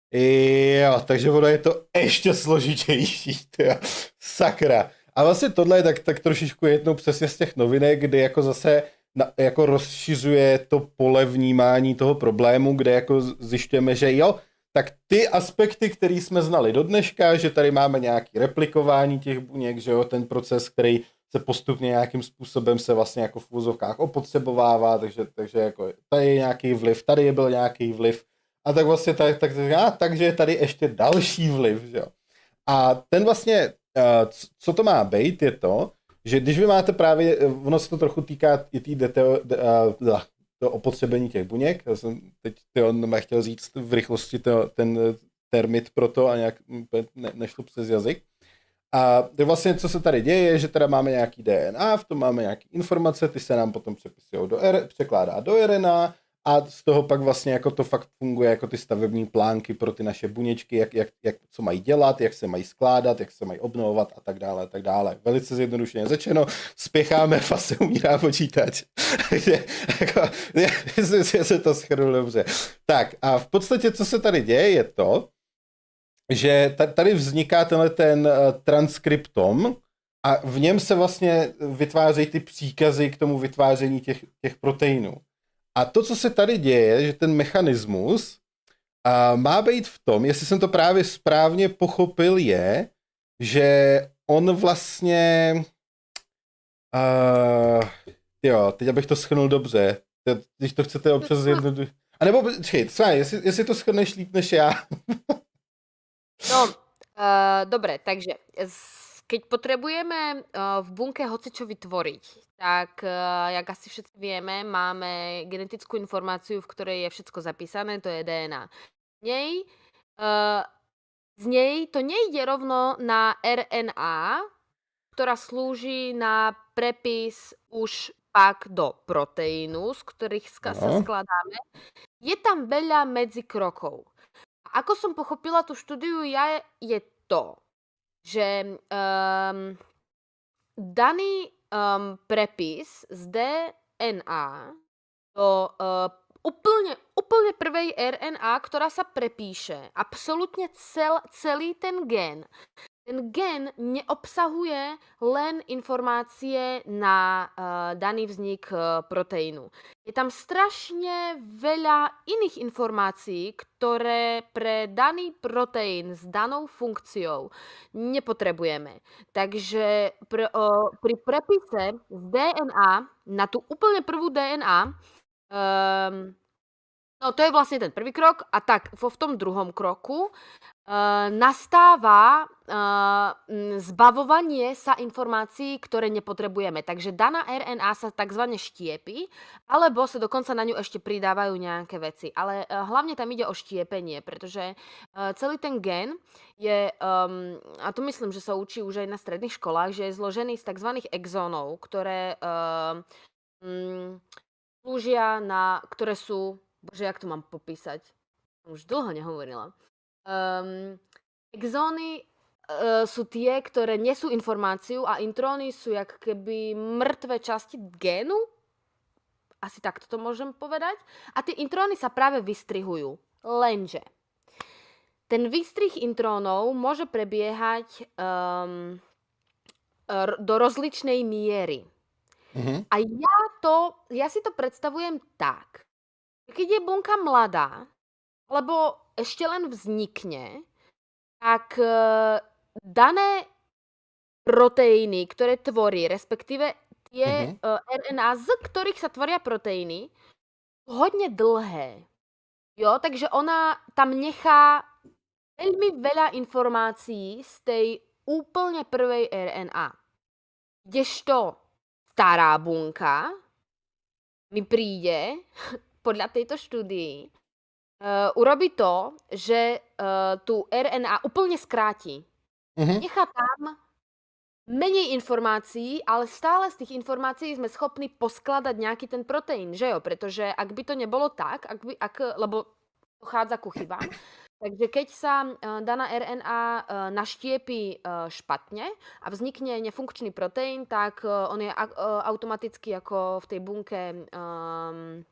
jo, takže ono je to ještě složitější, tyjo. Sakra. A vlastně tohle je tak, tak trošičku jednou přesně z těch novinek, kdy jako zase na, jako rozšiřuje to pole vnímání toho problému, kde jako zjišťujeme, že jo, tak ty aspekty, které jsme znali do dneška, že tady máme nějaké replikování těch buněk, že jo, ten proces, který se postupně nějakým způsobem se vlastně jako v úzovkách opotřebovává, takže, takže jako tady je nějaký vliv, tady je byl nějaký vliv, a tak vlastně tak, tak, tak, takže je tady ještě další vliv, že jo. A ten vlastně, co to má být, je to, že když vy máte právě, ono se to trochu týká i tý deteo, de, de, to opotřebení těch buněk, já jsem teď tyjo, chtěl říct v rychlosti to, ten termit pro to a nějak ne, nešlo přes jazyk. A vlastně, co se tady děje, je, že teda máme nějaký D N A, v tom máme nějaké informace, ty se nám potom přepisují do R, překládá do R N A, a z toho pak vlastně jako to fakt funguje jako ty stavební plánky pro ty naše buněčky, jak, jak, jak, co mají dělat, jak se mají skládat, jak se mají obnovovat a tak dále, a tak dále. Velice zjednodušeně řečeno, spěcháme, fase umírá počítač. Jako, jestli se to shrnul dobře. Tak a v podstatě, co se tady děje, je to, že tady vzniká tenhle ten transkriptom a v něm se vlastně vytvářejí ty příkazy k tomu vytváření těch, těch proteinů. A to, co se tady děje, že ten mechanismus uh, má být v tom, jestli jsem to právě správně pochopil, je, že on vlastně... Uh, jo, teď abych to shrnul dobře. Když to chcete občas zjednodušit. A nebo, čekej, jestli, jestli to shrneš líp než já. No, uh, dobre, takže keď potrebujeme uh, v bunke hocičo vytvoriť, tak uh, jak asi všetci vieme, máme genetickú informáciu, v ktorej je všetko zapísané, to je D N A. Z nej, uh, z nej to nejde rovno na R N A, ktorá slúži na prepis už pak do proteínu, z ktorých ska- sa skladáme. Je tam veľa medzikrokov. A ako som pochopila tú štúdiu, ja, je to, že um, daný um, prepis z D N A do uh, úplne, úplne prvej R N A, ktorá sa prepíše, absolútne cel, celý ten gen, ten gen neobsahuje len informácie na uh, daný vznik uh, proteínu. Je tam strašne veľa iných informácií, ktoré pre daný proteín s danou funkciou nepotrebujeme. Takže pr, uh, pri prepise z dé en á na tú úplne prvú dé en á, um, no to je vlastne ten prvý krok, a tak vo v tom druhom kroku Uh, nastáva uh, zbavovanie sa informácií, ktoré nepotrebujeme. Takže daná er en á sa takzvané štiepi, alebo sa dokonca na ňu ešte pridávajú nejaké veci. Ale uh, hlavne tam ide o štiepenie, pretože uh, celý ten gen je, um, a to myslím, že sa učí už aj na stredných školách, že je zložený z takzvaných exónov, ktoré uh, um, slúžia na, ktoré sú, bože, jak to mám popísať? Už dlho nehovorila. Um, exóny uh, sú tie, ktoré nesú informáciu, a intróny sú jak keby mŕtve časti génu. Asi takto to môžem povedať. A tie intróny sa práve vystrihujú. Lenže ten výstrih intrónov môže prebiehať um, r- do rozličnej miery. Mhm. A ja, to, ja si to predstavujem tak. Keď je bunka mladá, lebo ešte len vznikne, tak e, dané proteíny, ktoré tvorí, respektíve tie Mhm. e, er en á, z ktorých sa tvoria proteíny, hodne dlhé. Jo, takže ona tam nechá veľmi veľa informácií z tej úplne prvej er en á. Kdežto stará bunka mi príde, podľa tejto štúdii, Uh, urobí to, že uh, tú er en á úplne skráti. Mhm. Nechá tam menej informácií, ale stále z tých informácií sme schopní poskladať nejaký ten proteín, že jo? Pretože ak by to nebolo tak, ak by, ak, lebo dochádza ku chybám, takže keď sa uh, daná er en á uh, naštiepí uh, špatne a vznikne nefunkčný proteín, tak uh, on je uh, automaticky ako v tej bunke um,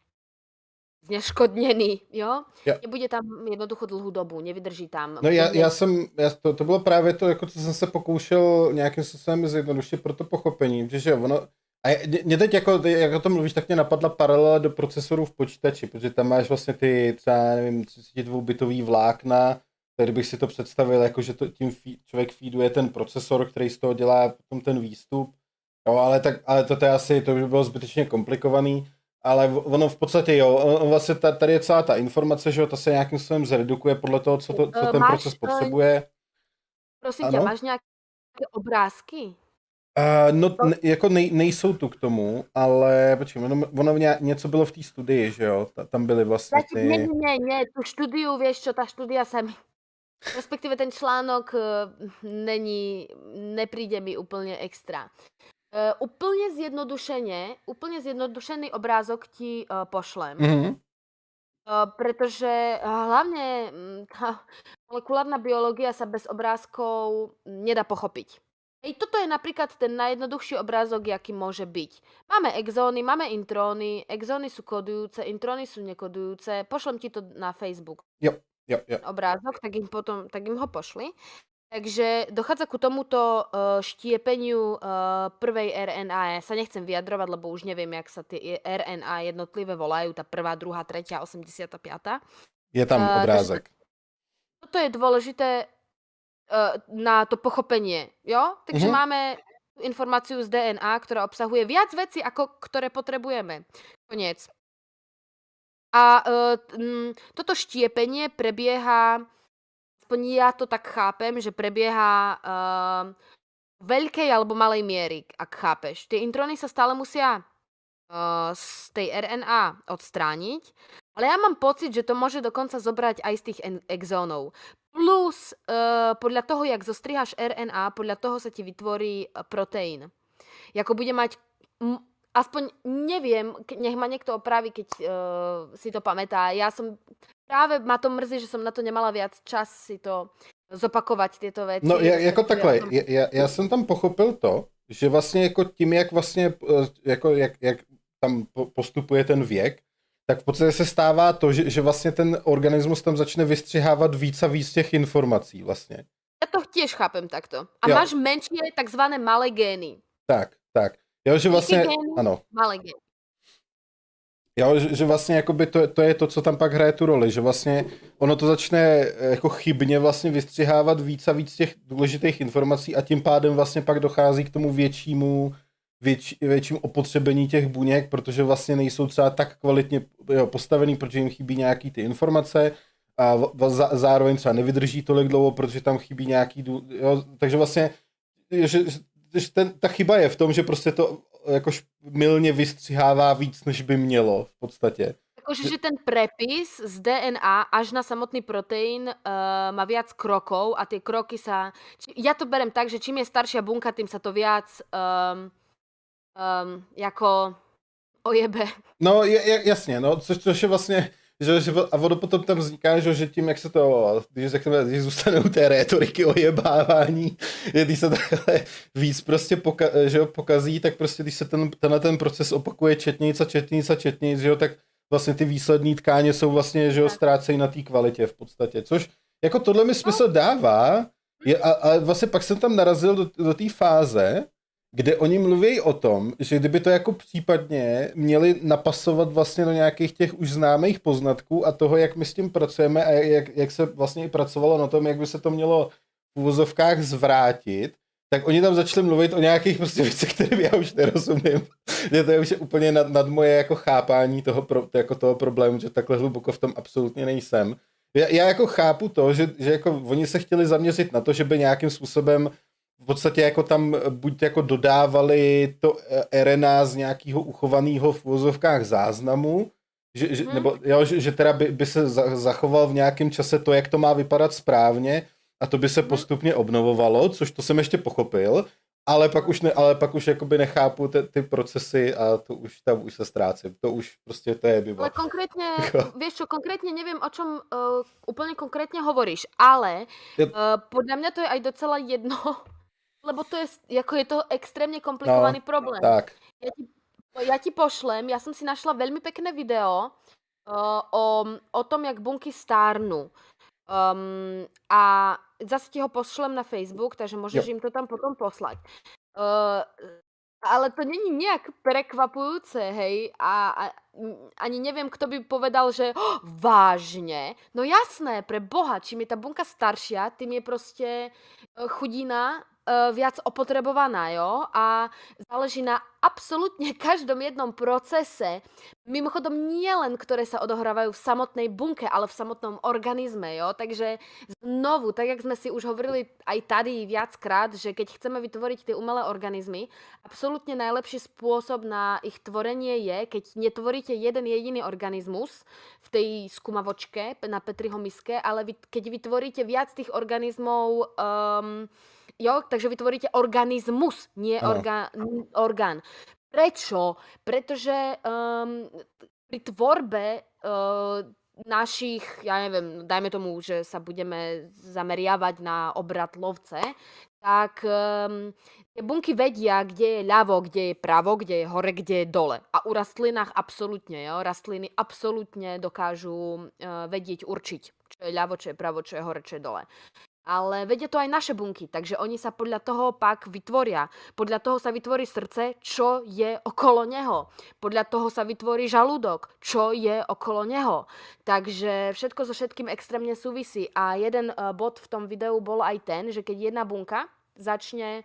zneškodněný, jo? Ja. Nebude tam jednoducho dlhou dobu, nevydrží tam. No já, Kudne- já jsem, já, to, to bylo právě to, jako co jsem se pokoušel nějakým způsobem zjednodušit pro to pochopení, že jo, ono, a je- mě teď jako, ty, jak o tom mluvíš, tak mě napadla paralela do procesorů v počítači, protože tam máš vlastně ty třeba, nevím, třicet dva bitový vlákna, tady bych si to představil, jako že to, tím fí, člověk feeduje ten procesor, který z toho dělá potom ten výstup, jo, ale, tak, ale to, to je asi, to by bylo zbytečně komplikovaný. Ale ono v podstatě jo, on vlastně tady je celá ta informace, že jo, ta se nějakým způsobem zredukuje podle toho, co, to, co ten Máš, proces potřebuje. Prosím Ano? tě, máš nějaké obrázky? Uh, no, ne, jako nej, nejsou tu k tomu, ale počkej, ono, ono ně, něco bylo v té studii, že jo, ta, tam byly vlastně Zati- ty... Ne, ne, ne, tu štúdiu, vieš čo, tá štúdia sa mi... Respektíve ten článok uh, není, nepríde mi úplne extra. Uh, úplne zjednodušene, úplne zjednodušený obrázok ti uh, pošlem. Mhm. Uh, pretože hlavne mm, tá molekulárna biológia sa bez obrázkov nedá pochopiť. Hej, toto je napríklad ten najjednoduchší obrázok, jaký môže byť. Máme exóny, máme intróny, exóny sú kodujúce, intróny sú nekodujúce. Pošlem ti to na Facebook. Jo, jo, jo. Obrázok, tak im potom, tak im ho pošli. Takže dochádza ku tomuto uh, štiepeniu uh, prvej er en á. Ja sa nechcem vyjadrovať, lebo už neviem, jak sa tie er en á jednotlivé volajú, tá prvá, druhá, tretia, osemdesiata piata. Je tam Uh, obrázek. Toto je dôležité uh, na to pochopenie, jo? Takže Mhm. máme informáciu z dé en á, ktorá obsahuje viac vecí, ako ktoré potrebujeme. Koniec. A uh, m, toto štiepenie prebieha, aspoň ja to tak chápem, že prebieha uh, veľkej alebo malej miery, ak chápeš. Tie intróny sa stále musia uh, z tej er en á odstrániť, ale ja mám pocit, že to môže dokonca zobrať aj z tých en- exónov. Plus, uh, podľa toho, jak zostriháš er en á, podľa toho sa ti vytvorí uh, proteín. Jako bude mať, m, aspoň neviem, ke- nech ma niekto opraví, keď uh, si to pamätá. Ja som, práve ma to mrzí, že som na to nemala viac čas si to zopakovat tyto věci. No ja, jako takhle, Tom... já, já jsem tam pochopil to, že vlastně jako tím, jak vlastně, jako jak, jak tam postupuje ten věk, tak v podstatě se stává to, že, že vlastně ten organismus tam začne vystřihávat víc a víc těch informací vlastně. Ja to tiež chápem takto. A Jo, máš menšie takzvané malé gény. tak, tak. Jo, že Veľké vlastně, gény, ano. malé gény. Jo, že, že vlastně jakoby to, to je to, co tam pak hraje tu roli, že vlastně ono to začne eh, jako chybně vlastně vystřihávat víc a víc těch důležitých informací a tím pádem vlastně pak dochází k tomu většímu, větší, většímu opotřebení těch buněk, protože vlastně nejsou třeba tak kvalitně jo, postavený, protože jim chybí nějaký ty informace a v, v, zá, zároveň třeba nevydrží tolik dlouho, protože tam chybí nějaký, dů, jo, takže vlastně že, že ten, ta chyba je v tom, že prostě to jakož mylně vystřihává víc, než by mělo v podstatě. Akože, že ten prepis z dé en á až na samotný proteín uh, má viac krokov a tie kroky sa... Či, ja to berem tak, že čím je staršia bunka, tým sa to viac um, um, jako ojebe. No je, jasně, no, což, což je vlastně, že, že, a ono potom tam vzniká, že, že tím, jak se to, když řekneme, když zůstane u té rétoriky ojebávání, je, když se takhle víc prostě poka, že jo, pokazí, tak prostě když se ten, tenhle ten proces opakuje četnic a četnic a četnic, že jo, tak vlastně ty výslední tkáně jsou vlastně, že jo, ztrácejí na té kvalitě v podstatě, což jako tohle mi smysl dává, je, a, a vlastně pak jsem tam narazil do, do té fáze, kde oni mluví o tom, že kdyby to jako případně měli napasovat vlastně do nějakých těch už známých poznatků a toho, jak my s tím pracujeme a jak, jak se vlastně i pracovalo na tom, jak by se to mělo v uvozovkách zvrátit, tak oni tam začali mluvit o nějakých prostě věcech, kterým já už nerozumím. Že to je už úplně nad, nad moje jako chápání toho, pro, jako toho problému, že takhle hluboko v tom absolutně nejsem. Já, já jako chápu to, že, že jako oni se chtěli zaměřit na to, že by nějakým způsobem v podstatě jako tam buď jako dodávali to er en á z nějakého uchovaného v uvozovkách záznamu, že, že, hmm. nebo jo, že, že teda by, by se za, zachoval v nějakém čase to, jak to má vypadat správně a to by se postupně obnovovalo, což to jsem ještě pochopil, ale pak už, ne, ale pak už jakoby nechápu ty, ty procesy a to už tam už se ztrácím. To už prostě to je bibo. Ale konkrétne, vieš čo, konkrétne neviem, o čom uh, úplne konkrétne hovoríš, ale uh, podľa mňa to je aj docela jedno, lebo to je, jako je to extrémne komplikovaný no, problém. Tak. Ja ti, ja ti pošlem, ja som si našla veľmi pekné video uh, o, o tom, jak bunky stárnu. Um, a zase ti ho pošlem na Facebook, takže môžeš jo. im to tam potom poslať. Uh, ale to není nejak prekvapujúce, hej, a, a ani neviem, kto by povedal, že oh, vážne. No jasné, pre Boha, čím je tá bunka staršia, tým je proste chudina uh, viac opotrebovaná, jo, a záleží na absolútne každom jednom procese, mimochodom nie len, ktoré sa odohrávajú v samotnej bunke, ale v samotnom organizme, jo, takže znovu, tak jak sme si už hovorili aj tady viackrát, že keď chceme vytvoriť tie umelé organizmy, absolútne najlepší spôsob na ich tvorenie je, keď netvoríte jeden jediný organizmus v tej skúmavočke na Petriho miske, ale vy, keď vytvoríte viac tých organizmov, um, jo, takže vytvoríte organizmus, nie orga, orgán. Prečo? Pretože um, pri tvorbe uh, našich, ja neviem, dajme tomu, že sa budeme zameriavať na obrad lovce, tak um, tie bunky vedia, kde je ľavo, kde je pravo, kde je hore, kde je dole. A u rastlinách absolútne, jo? Rastliny absolútne dokážu uh, vedieť, určiť, čo je ľavo, čo je pravo, čo je hore, čo je dole. Ale vedia to aj naše bunky, takže oni sa podľa toho pak vytvoria. Podľa toho sa vytvorí srdce, čo je okolo neho. Podľa toho sa vytvorí žalúdok, čo je okolo neho. Takže všetko so všetkým extrémne súvisí. A jeden uh, bod v tom videu bol aj ten, že keď jedna bunka začne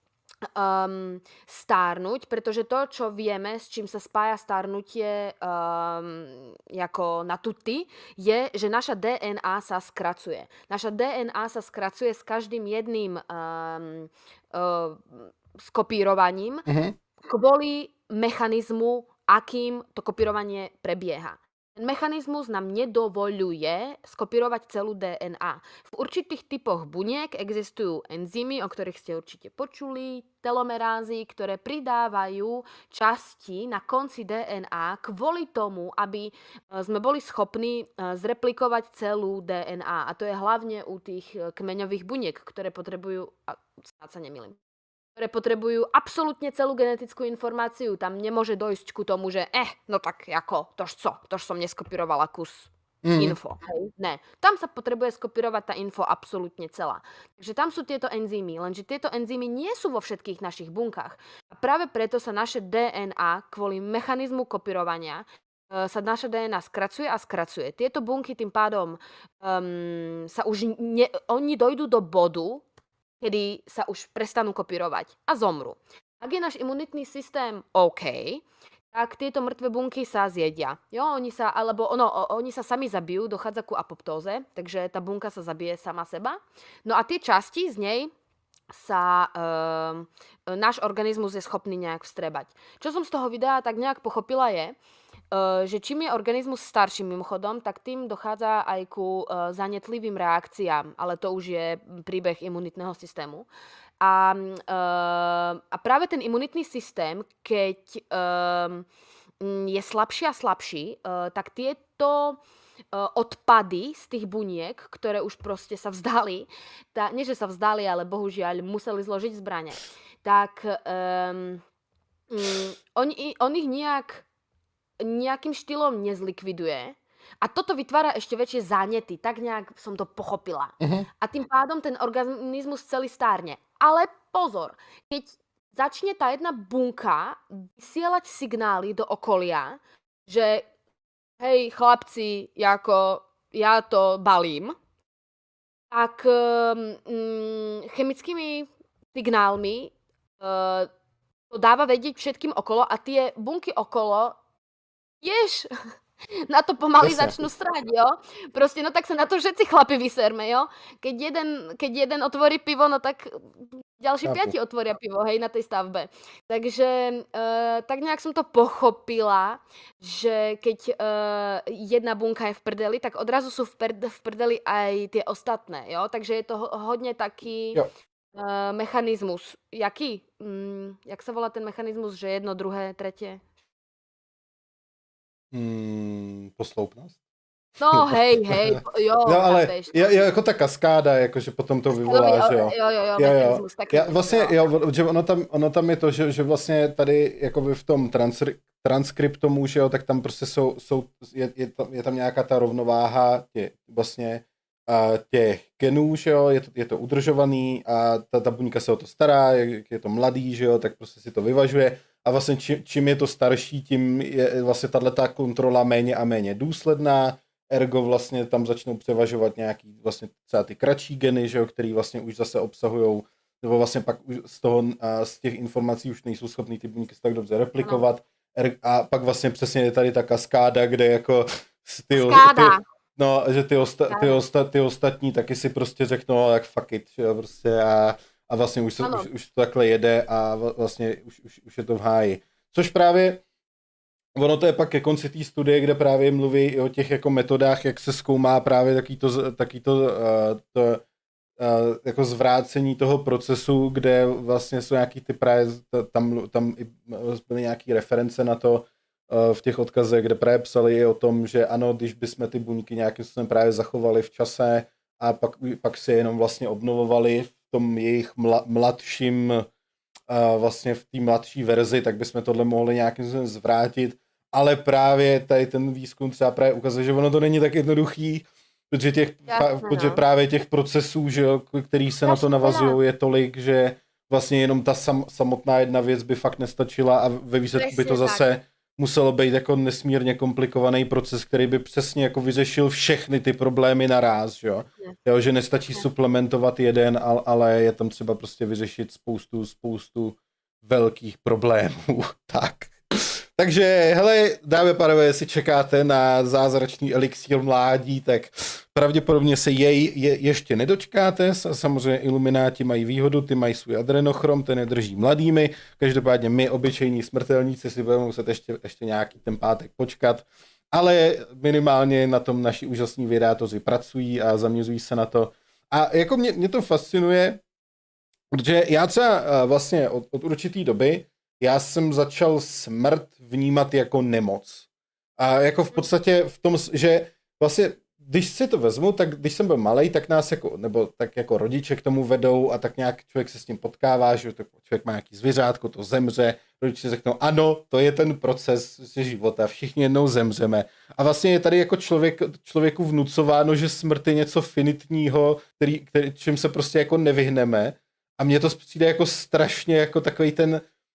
um, stárnuť, pretože to, čo vieme, s čím sa spája stárnutie um, jako na tuty, je, že naša dé en á sa skracuje. Naša dé en á sa skracuje s každým jedným um, uh, skopírovaním uh-huh. kvôli mechanizmu, akým to kopírovanie prebieha. Ten mechanizmus nám nedovoľuje skopírovať celú dé en á. V určitých typoch buniek existujú enzymy, o ktorých ste určite počuli, telomerázy, ktoré pridávajú časti na konci dé en á kvôli tomu, aby sme boli schopní zreplikovať celú dé en á. A to je hlavne u tých kmeňových buniek, ktoré potrebujú, a snáď sa nemýlim, ktoré potrebujú absolútne celú genetickú informáciu. Tam nemôže dojsť ku tomu, že eh, no tak ako, tož co, tož som neskopírovala kus Mm. info. Hej? Ne. Tam sa potrebuje skopírovať tá info absolútne celá. Takže tam sú tieto enzymy, lenže tieto enzymy nie sú vo všetkých našich bunkách. A práve preto sa naše dé en á kvôli mechanizmu kopírovania e, sa naša dé en á skracuje a skracuje. Tieto bunky tým pádom um, sa už ne, oni dojdú do bodu, kedy sa už prestanú kopírovať a zomru. Ak je náš imunitný systém OK, tak tieto mŕtve bunky sa zjedia. Jo, oni sa, alebo ono, oni sa sami zabijú, dochádza ku apoptóze, takže tá bunka sa zabije sama seba. No a tie časti z nej sa um, náš organizmus je schopný nejak vstrebať. Čo som z toho videa tak nejak pochopila je, uh, že čím je organizmus starší mimochodom, tak tým dochádza aj ku uh, zanetlivým reakciám, ale to už je príbeh imunitného systému. A, uh, a práve ten imunitný systém, keď um, je slabší a slabší, uh, tak tieto uh, odpady z tých buniek, ktoré už proste sa vzdali, tá, nie že sa vzdali, ale bohužiaľ museli zložiť zbrane, tak um, um, on, on ich nejak, nejakým štýlom nezlikviduje. A toto vytvára ešte väčšie zánety, tak nejak som to pochopila. Uh-huh. A tým pádom ten organizmus celý stárne. Ale pozor, keď začne tá jedna bunka vysielať signály do okolia, že hej chlapci, ako ja to balím, tak um, chemickými signálmi uh, to dáva vedieť všetkým okolo a tie bunky okolo tiež na to pomaly Jasne. začnú srať, jo. Proste, no tak sa na to všetci chlapi vyserme, jo. Keď jeden, keď jeden otvorí pivo, no tak ďalší Chápu. piati otvoria pivo, hej, na tej stavbe. Takže uh, tak nejak som to pochopila, že keď uh, jedna bunka je v prdeli, tak odrazu sú v, prd- v prdeli aj tie ostatné, jo. Takže je to ho- hodne taký uh, mechanizmus. Jaký? Mm, jak sa volá ten mechanizmus, že jedno, druhé, tretie? Hmm, posloupnost? No hej, hej, jo, no ale chápeš, je, je jako ta kaskáda, jakože potom to vyvolá, že jo. Jo, jo, jo, jo, jo. taky Já, něco, vlastně, jo. jo, že ono tam, ono tam je to, že, že vlastně tady jakoby v tom transri, transkriptomu, že jo, tak tam prostě jsou, jsou je, je, tam, je tam nějaká ta rovnováha tě, vlastně a těch genů, že jo, je to, je to udržovaný a ta, ta buňka se o to stará, jak je to mladý, že jo, tak prostě si to vyvažuje a vlastně čím, čím je to starší, tím je vlastně tato kontrola méně a méně důsledná, ergo vlastně tam začnou převažovat nějaký vlastně třeba ty kratší geny, že jo, který vlastně už zase obsahujou, nebo vlastně pak už z toho, z těch informací už nejsou schopný ty buňky tak dobře replikovat ano. A pak vlastně přesně je tady ta kaskáda, kde jako ty, ty, no, že ty, osta, ty, osta, ty ostatní taky si prostě řeknou, jak fuck it, že jo, prostě a, a vlastně už, se, už, už to takhle jede a vlastně už, už, už je to v háji. Což právě ono to je pak ke konci té studie, kde právě mluví i o těch jako metodách, jak se zkoumá právě taky to, taky to, uh, to uh, jako zvrácení toho procesu, kde vlastně jsou nějaký ty právě, tam, tam i byly nějaký reference na to uh, v těch odkazech, kde právě psali i o tom, že ano, když bychom ty buňky nějakým způsobem právě zachovali v čase a pak, pak si jenom vlastně obnovovali v tom jejich mla, mladším, uh, vlastně v té mladší verzi, tak bychom tohle mohli nějakým způsobem zvrátit. Ale právě tady ten výzkum třeba právě ukazuje, že ono to není tak jednoduchý, protože, těch, Jasne, protože no. právě těch procesů, že jo, který se Jasne, na to navazují, je tolik, že vlastně jenom ta sam, samotná jedna věc by fakt nestačila a ve výsledku by to zase tak. muselo být jako nesmírně komplikovaný proces, který by přesně jako vyřešil všechny ty problémy naráz, že jo. jo že nestačí ne. suplementovat jeden, ale je tam třeba prostě vyřešit spoustu, spoustu velkých problémů. Tak. Takže, hele, dámy a pánové, jestli čekáte na zázračný elixír mládí, tak pravděpodobně se jej je, ještě nedočkáte. Samozřejmě ilumináti mají výhodu, ty mají svůj adrenochrom, ten je drží mladými. Každopádně my, obyčejní smrtelníci, si budeme muset ještě, ještě nějaký ten pátek počkat. Ale minimálně na tom naši úžasní vědátoři pracují a zaměřují se na to. A jako mě, mě to fascinuje, protože já třeba vlastně od, od určitý doby já jsem začal smrt vnímat jako nemoc. A jako v podstatě v tom, že vlastně když si to vezmu, tak když jsem byl malej, tak nás jako, nebo tak jako rodiče k tomu vedou a tak nějak člověk se s tím potkává, že tak člověk má nějaký zvířátko, to zemře, rodiče řeknou, ano, to je ten proces života, všichni jednou zemřeme. A vlastně je tady jako člověk, člověku vnucováno, že smrt je něco finitního, který, který, čím se prostě jako nevyhneme. A mně to přijde jako strašně jako takový ten,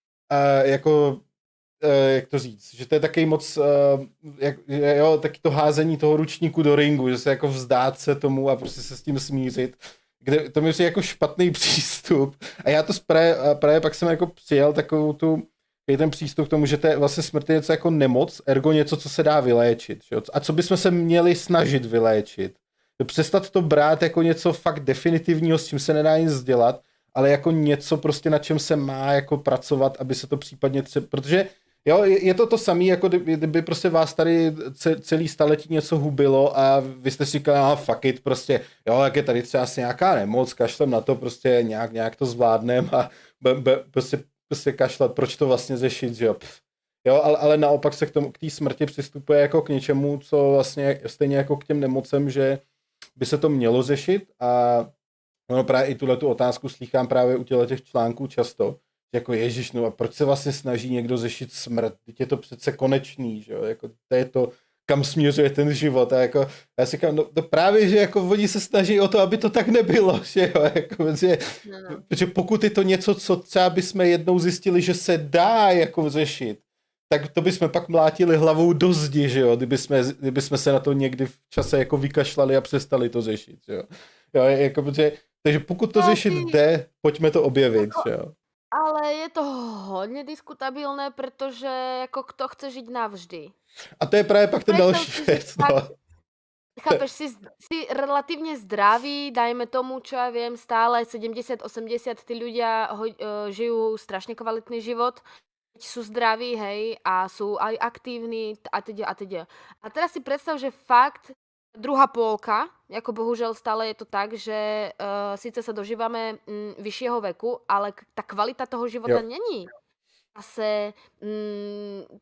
uh, jako Uh, jak to říct, že to je taky moc, uh, jak, jo, taky to házení toho ručníku do ringu, že se jako vzdát se tomu a prostě se s tím smířit, kde to mi přijde jako špatný přístup a já to právě, právě pak jsem jako přijal takovou tu, ten přístup k tomu, že to je vlastně smrt je něco jako nemoc, ergo něco, co se dá vyléčit, že? A co bychom se měli snažit vyléčit. Přestat to brát jako něco fakt definitivního, s čím se nedá nic dělat, ale jako něco prostě, na čem se má jako pracovat, aby se to případně třeba, protože jo, je to to samé, jako kdyby prostě vás tady celý staletí něco hubilo a vy jste si říkali, ah, fuck it, prostě, jo, jak je tady třeba asi nějaká nemoc, kašlem na to, prostě nějak, nějak to zvládnem a be, be, prostě, prostě kašlat, proč to vlastně řešit, že jo. Pff. Jo, ale, ale naopak se k tomu, k té smrti přistupuje jako k něčemu, co vlastně stejně jako k těm nemocem, že by se to mělo řešit a ono právě i tuhle tu otázku slýchám právě u těle těch článků často, jako ježiš, no a proč se vlastně snaží někdo řešit smrt? Teď je to přece konečný, že jo, jako to je to, kam směřuje ten život a jako, já si říkám, no to právě, že jako oni se snaží o to, aby to tak nebylo, že jo, jako, protože, no, no. protože pokud je to něco, co třeba bychom jednou zjistili, že se dá jako řešit, tak to bychom pak mlátili hlavou do zdi, že jo, kdyby jsme, kdyby jsme se na to někdy v čase jako vykašlali a přestali to řešit, že jo. jo jako, protože, takže pokud to řešit jde, pojďme to objevit, že jo. Ale je to hodně diskutabilné, protože jako kto chce žiť navždy. A to je právě pak ten další věc, no. Chápeš, si, si relatívne zdraví, dajme tomu, čo ja viem, stále sedemdesiat osemdesiat tí ľudia ho, uh, žijú strašne kvalitný život, keď sú zdraví, hej, a sú aj aktívni a teda a teda. A teraz si predstav, že fakt druhá pôlka, ako bohužel stále je to tak, že uh, síce sa dožívame mm, vyššieho veku, ale tá kvalita toho života jo. není asi mm,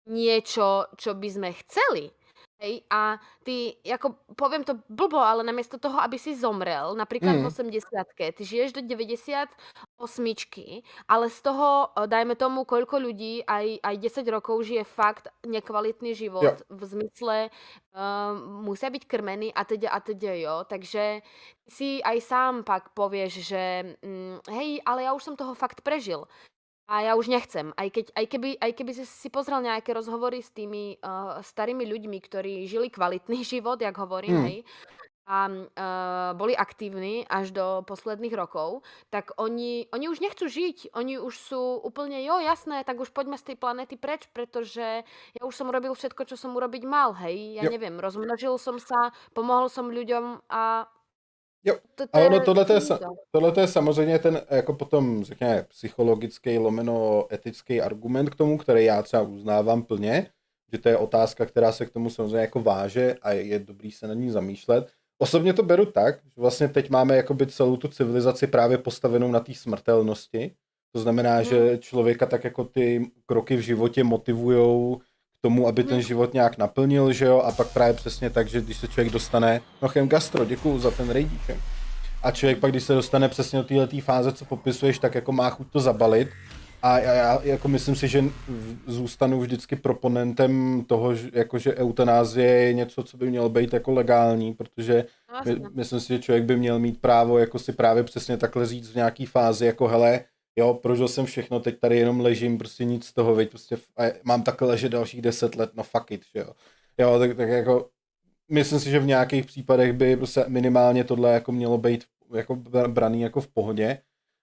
niečo, čo by sme chceli. Hej, a ty, ako poviem to blbo, ale namiesto toho, aby si zomrel, napríklad mm. v osemdesiatke, ty žiješ do deväťdesiatosmičky, ale z toho, dajme tomu, koľko ľudí aj, aj desať rokov žije fakt nekvalitný život, jo. v zmysle uh, musia byť krmení a teda a teda, jo. Takže si aj sám pak povieš, že um, hej, ale ja už som toho fakt prežil. A ja už nechcem. Aj, keď, aj, keby, aj keby si si pozrel nejaké rozhovory s tými uh, starými ľuďmi, ktorí žili kvalitný život, jak hovorím, mm. hej, a uh, boli aktívni až do posledných rokov, tak oni, oni už nechcú žiť. Oni už sú úplne, jo, jasné, tak už poďme z tej planéty preč, pretože ja už som urobil všetko, čo som urobiť mal, hej. Ja jo. neviem, rozmnožil som sa, pomohol som ľuďom a Jo, a ono tohle je, tohle je samozřejmě ten jako potom, řekněme, psychologický lomeno etický argument k tomu, který já třeba uznávám plně, že to je otázka, která se k tomu samozřejmě jako váže a je dobrý se na ní zamýšlet. Osobně to beru tak, že vlastně teď máme jakoby celou tu civilizaci právě postavenou na té smrtelnosti. To znamená, hmm. že člověka tak jako ty kroky v životě motivujou tomu, aby ten život nějak naplnil, že jo, a pak právě přesně tak, že když se člověk dostane, no chem gastro, děkuju za ten rejdíček, a člověk pak, když se dostane přesně do této fáze, co popisuješ, tak jako má chuť to zabalit a já, já jako myslím si, že zůstanu vždycky proponentem toho, že, jako, že eutanázie je něco, co by mělo být jako legální, protože my, myslím si, že člověk by měl mít právo jako si právě přesně takhle říct v nějaký fázi, jako hele, jo, prožil jsem všechno, teď tady jenom ležím, prostě nic z toho, veď, prostě a mám takhle ležet dalších deset let, no fuck it, že jo. Jo, tak, tak jako, myslím si, že v nějakých případech by prostě minimálně tohle jako mělo být jako braný jako v pohodě,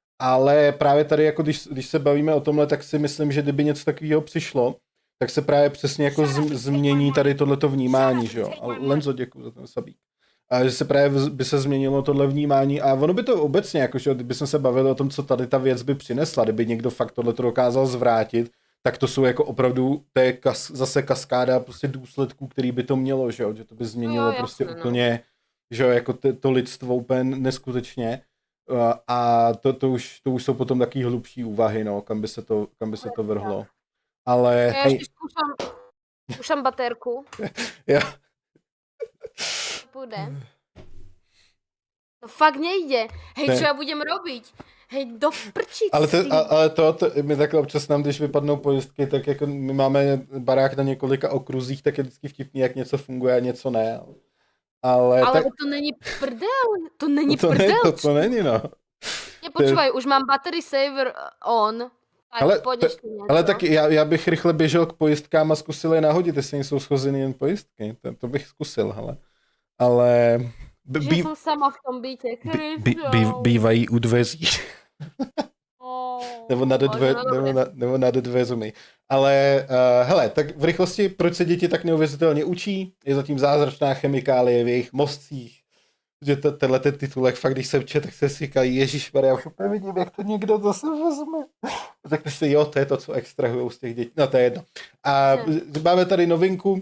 ale právě tady, jako když, když se bavíme o tomhle, tak si myslím, že kdyby něco takového přišlo, tak se právě přesně jako z, změní tady tohleto vnímání, že jo. A Lenzo, děkuji za ten sabík. A že se právě by se změnilo tohle vnímání a ono by to obecně, jakože kdyby jsme se bavili o tom, co tady ta věc by přinesla, kdyby někdo fakt tohle to dokázal zvrátit, tak to jsou jako opravdu, to je kas, zase kaskáda prostě důsledků, který by to mělo, že jo, že to by změnilo no, prostě jasně, úplně, no. že jo, jako to, to lidstvo úplně neskutečně a to, to, už, to už jsou potom taky hlubší úvahy, no, kam by se to, kam by se to vrhlo. Ale ja hej. Ešte skúšam, skúšam baterku. Ja. půjde. To fakt nejde. Hej, Ne. čo ja budem robiť? Hej, do prčic. Ale, to, s tým. a- ale to, to, my takhle občas nám, když vypadnou pojistky, tak jako my máme barák na několika okruzích, tak je vždycky vtipný, jak něco funguje a něco ne. Ale, Ale tak, to není prdel. To není to, ne, prdel. to, to není, no. Nepočúvaj, už mám battery saver on. Tak Ale, poď to, ešte niečo. ale tak já, já bych rychle běžel k pojistkám a zkusil je nahodit, jestli nejsou schozeny jen pojistky. To, to bych zkusil, hele. Ale... b- Že Bí, som sama v tom byte. bí, bí, bí, bývají u dveří. Oh, Nebo nad, dve, no, nebo, na, nebo nad dveřmi. Ale uh, hele, tak v rychlosti, proč se děti tak neuvěřitelně učí? Je zatím zázračná chemikálie v jejich mozcích. Že to, tenhle ten titulek, fakt když jsem čet, tak se si říkal, ježišmarja, už úplně vidím, jak to někdo zase vezme. Řekli si, jo, to je to, co extrahujou z těch dětí. No to je jedno. A máme tady novinku,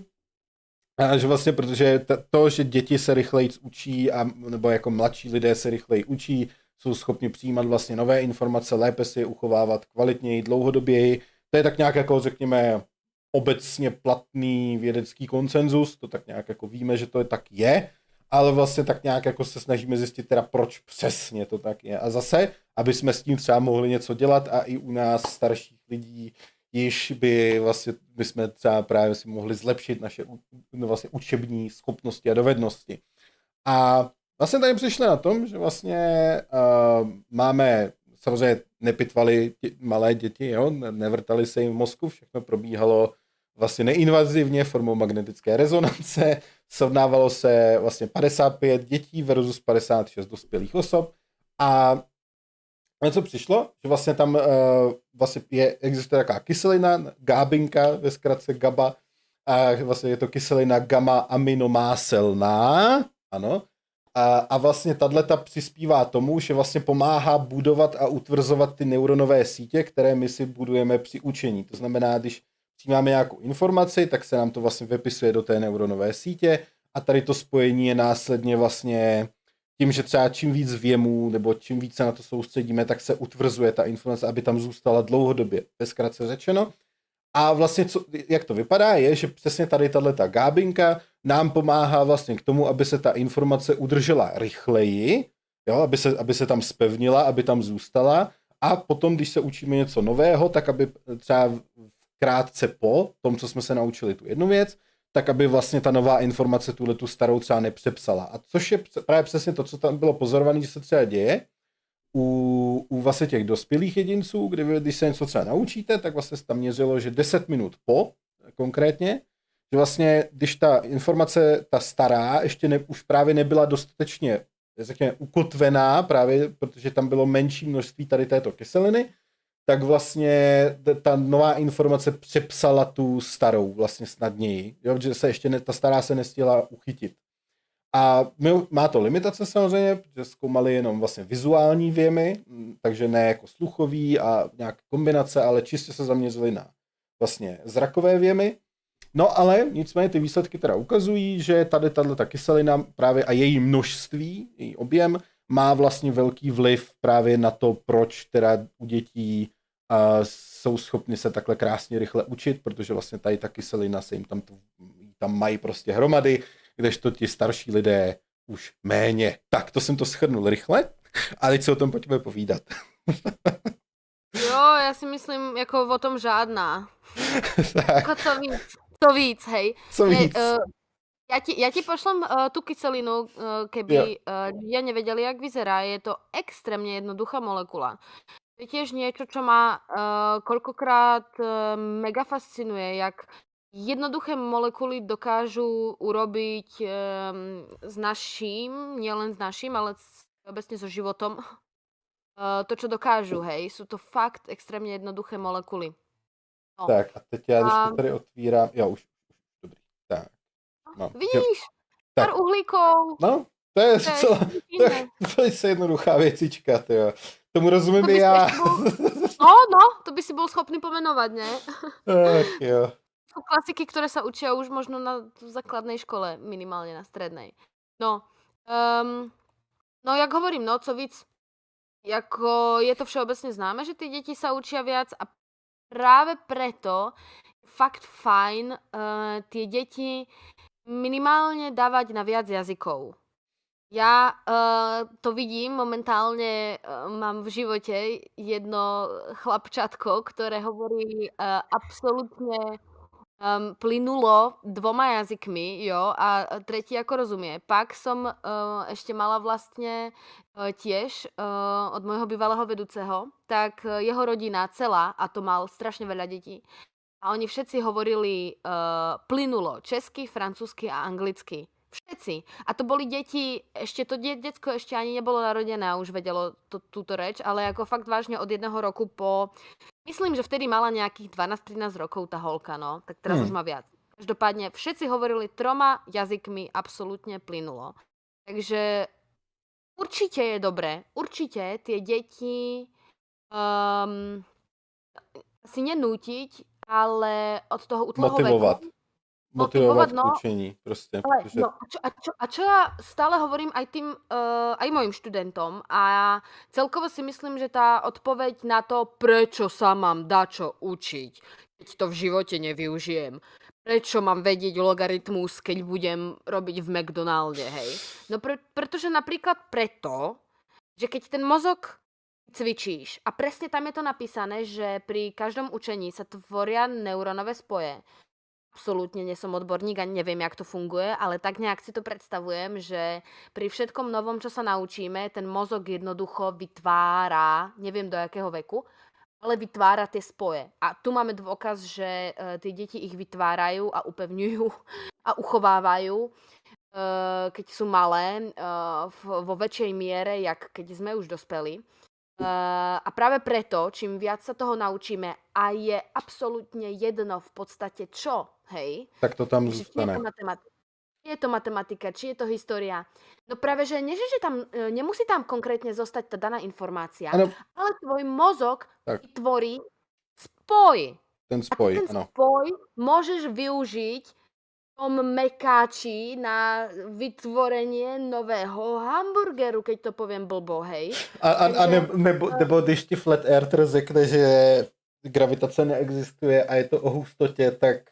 a že vlastně, protože to, že děti se rychleji učí, a, nebo jako mladší lidé se rychleji učí, jsou schopni přijímat vlastně nové informace, lépe si je uchovávat kvalitněji, dlouhodoběji. To je tak nějak jako, řekněme, obecně platný vědecký konsenzus, to tak nějak jako víme, že to je tak je, ale vlastně tak nějak jako se snažíme zjistit teda, proč přesně to tak je. A zase, aby jsme s tím třeba mohli něco dělat a i u nás starších lidí již by vlastně, by jsme třeba právě si mohli zlepšit naše vlastně učební schopnosti a dovednosti. A vlastně tady přišli na tom, že vlastně uh, máme, samozřejmě nepitvali tě, malé děti, jo, nevrtali se jim v mozku, všechno probíhalo vlastně neinvazivně formou magnetické rezonance, srovnávalo se vlastně padesát pět dětí versus padesát šest dospělých osob a na co přišlo, že vlastně tam uh, vlastně je, existuje taková kyselina, gábinka, ve zkratce GABA, a vlastně je to kyselina gamma aminomáselná, ano, a, a vlastně tato přispívá tomu, že vlastně pomáhá budovat a utvrzovat ty neuronové sítě, které my si budujeme při učení. To znamená, když přijímáme nějakou informaci, tak se nám to vlastně vypisuje do té neuronové sítě a tady to spojení je následně vlastně tím, že třeba čím víc věmů nebo čím víc se na to soustředíme, tak se utvrzuje ta informace, aby tam zůstala dlouhodobě, ve zkratce řečeno. A vlastně, co, jak to vypadá, je, že přesně tady tato gábinka nám pomáhá vlastně k tomu, aby se ta informace udržela rychleji, jo, aby, se, aby se tam spevnila, aby tam zůstala a potom, když se učíme něco nového, tak aby třeba krátce po tom, co jsme se naučili tu jednu věc, tak aby vlastně ta nová informace tuhle tu starou třeba nepřepsala. A což je právě přesně to, co tam bylo pozorované, že se třeba děje u, u vlastně těch dospělých jedinců, kdy vy, když se něco třeba naučíte, tak vlastně se tam měřilo, že deset minut po konkrétně, že vlastně, když ta informace, ta stará, ještě ne, už právě nebyla dostatečně, řekněme, ukotvená, právě protože tam bylo menší množství tady této kyseliny, tak vlastně ta nová informace přepsala tu starou vlastně snadněji, jo, že se ještě ne, ta stará se nestihla uchytit. A my, má to limitace samozřejmě, protože zkoumali jenom vlastně vizuální věmy, takže ne jako sluchový a nějaké kombinace, ale čistě se zaměřili na vlastně zrakové věmy. No ale nicméně ty výsledky teda ukazují, že tady tato kyselina právě a její množství, její objem má vlastně velký vliv právě na to, proč teda u dětí uh, jsou schopni se takhle krásně rychle učit, protože vlastně tady ta kyselina se jim tam, tam mají prostě hromady, kdežto ti starší lidé už méně. Tak, to jsem to shrnul rychle, a teď se o tom pojďme povídat. Jo, já si myslím, jako o tom žádná. Tak. Jako co víc, co víc, hej. Co víc? Ne, uh, ja, ti, ja ti pošlem uh, tú kyselinu, uh, keby uh, ľudia nevedeli, jak vyzerá. Je to extrémne jednoduchá molekula. To je tiež niečo, čo ma uh, koľkokrát uh, mega fascinuje, jak jednoduché molekuly dokážu urobiť um, s naším, nielen s naším, ale obecne so životom, uh, to, čo dokážu, hej. Sú to fakt extrémne jednoduché molekuly. No. Tak a teď já, když A- to tady otvírám, jo, už, už dobrý, tak. No, Vidíš, tak. pár uhlíkov. No, to je To je docela, to je velice jednoduchá věcička, tyjo. Tomu rozumím To i by já. si No, no, to by si bol schopný pomenovať, ne? Ach, jo. Sú klasiky, ktoré sa učia už možno na základnej škole, minimálne na strednej. No, um, no jak hovorím, no, co víc, jako je to všeobecne známe, že ty deti sa učia viac a práve preto je fakt fajn uh, tie deti minimálne dávať na viac jazykov. Ja, uh, to vidím momentálne, uh, mám v živote jedno chlapčatko, ktoré hovorí, uh, absolútne, um, plynulo dvoma jazykmi, jo, a tretí ako rozumie. Pak som, uh, ešte mala vlastne, uh, tiež, uh, od môjho bývalého vedúceho, tak uh, jeho rodina celá, a to mal strašne veľa detí, a oni všetci hovorili, uh, plynulo česky, francúzsky a anglicky. Všetci. A to boli deti, ešte to de- decko ešte ani nebolo narodené a už vedelo to, túto reč, ale ako fakt vážne od jedného roku po... Myslím, že vtedy mala nejakých dvanásť trinásť rokov tá holka, no. Tak teraz Hmm. už má viac. Každopádne všetci hovorili troma jazykmi absolútne plynulo. Takže určite je dobré, určite tie deti um, si nenútiť, ale od toho útleho Motivovat. veku Motivovat motivovať, k no. učení prostě. Ale Protože... no, a čo, a, čo, a čo ja stále hovorím aj tým, uh, aj mojim študentom, a celkovo si myslím, že tá odpoveď na to, prečo sa mám dačo učiť, keď to v živote nevyužijem, prečo mám vedieť logaritmus, keď budem robiť v McDonalde, hej. No pre, pretože napríklad preto, že keď ten mozog cvičíš a presne tam je to napísané, že pri každom učení sa tvoria neurónové spoje. Absolútne nie som odborník a neviem, jak to funguje, ale tak nejak si to predstavujem, že pri všetkom novom, čo sa naučíme, ten mozog jednoducho vytvára, neviem do jakého veku, ale vytvára tie spoje. A tu máme dôkaz, že uh, tie deti ich vytvárajú a upevňujú a uchovávajú, uh, keď sú malé, uh, vo väčšej miere, jak keď sme už dospeli. Uh, a práve preto, čím viac sa toho naučíme, a je absolútne jedno v podstate čo, hej? Tak to tam Či je zůstane. to matematika, či je to matematika, či je to história. No práve, že nie, že tam, nemusí tam konkrétne zostať tá daná informácia, Ano, ale tvoj mozog Tak. tvorí spoj. ten A spoj, ten ano. spoj môžeš využiť v tom mekáči na vytvorenie nového hamburgeru, keď to poviem blbo, hej. A, a, a Takže- ne, nebo, nebo když ti Flat Earther řekne, že gravitace neexistuje a je to o hustotě, tak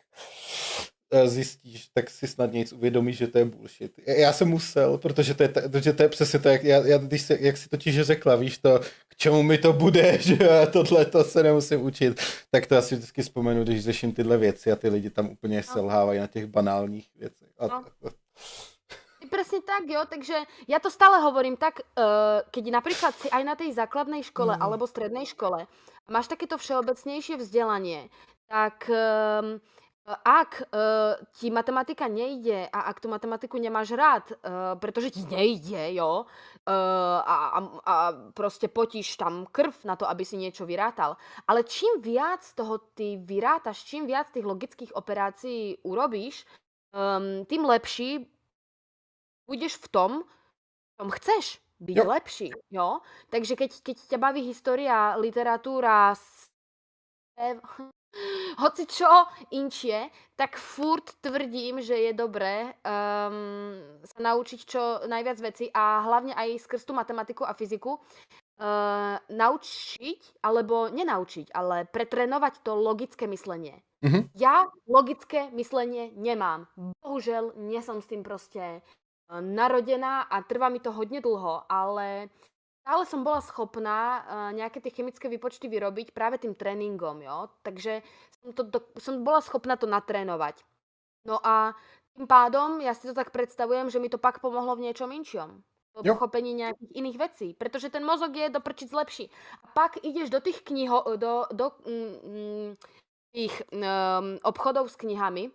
eh, zjistíš, tak si snadněji uvědomíš, že to je bullshit. Já jsem musel, protože to je, ta- protože to je přesně to, jak, já, já, když se, jak si totiž řekla, víš to, k čemu mi to bude, že já tohle to se nemusím učit, tak to asi vždycky vzpomenu, když řeším tyhle věci a ty lidi tam úplně selhávají na těch banálních věcech. A, No. Presne tak, jo, takže ja to stále hovorím tak, uh, keď napríklad si aj na tej základnej škole Mm. alebo strednej škole a máš takéto všeobecnejšie vzdelanie, tak um, ak uh, ti matematika nejde a ak tú matematiku nemáš rád, uh, pretože ti nejde, jo, uh, a, a, a proste potíš tam krv na to, aby si niečo vyrátal, ale čím viac toho ty vyrátaš, čím viac tých logických operácií urobíš, um, tým lepší budeš v tom, v tom chceš byť Jo. lepší, jo? Takže keď, keď ťa baví história, literatúra, spev, hoci čo inčie, tak furt tvrdím, že je dobré um, sa naučiť čo najviac veci a hlavne aj skrz tú matematiku a fyziku uh, naučiť, alebo nenaučiť, ale pretrénovať to logické myslenie. Mhm. Ja logické myslenie nemám. Bohužel nie som s tým proste narodená a trvá mi to hodne dlho, ale stále som bola schopná uh, nejaké tie chemické výpočty vyrobiť práve tým tréningom, jo. Takže som, to, do, som bola schopná to natrénovať. No a tým pádom ja si to tak predstavujem, že mi to pak pomohlo v niečom inčom. V Jo. pochopení nejakých iných vecí, pretože ten mozog je do prčic lepší. A pak ideš do tých kniho, do, do mm, tých um, obchodov s knihami.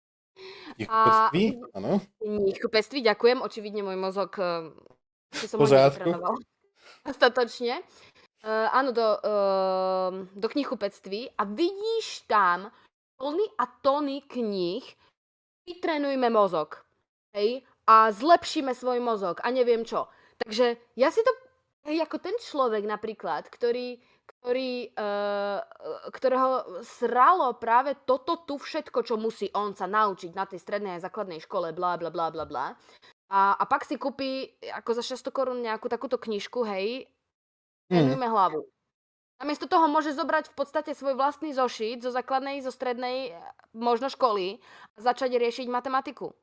Knihkupectví, ano. Knihkupectví, ďakujem. Očividne môj mozog uh, si som ho Pořádku. netrénoval dostatočne. Uh, áno, do, uh, do knihkupectví a vidíš tam tony a tony kníh. Vytrénujme mozog. Hej? A zlepšíme svoj mozog a neviem čo. Takže ja si to, hej, ako ten človek napríklad, ktorý ktorý, uh, ktorého sralo práve toto tu všetko, čo musí on sa naučiť na tej strednej a základnej škole, blá, blá, blá, blá, blá. A, a pak si kúpi ako za šesťsto korún nejakú takúto knižku, hej, trénujme hlavu. Namiesto toho môže zobrať v podstate svoj vlastný zošit zo základnej, zo strednej, možno školy a začať riešiť matematiku.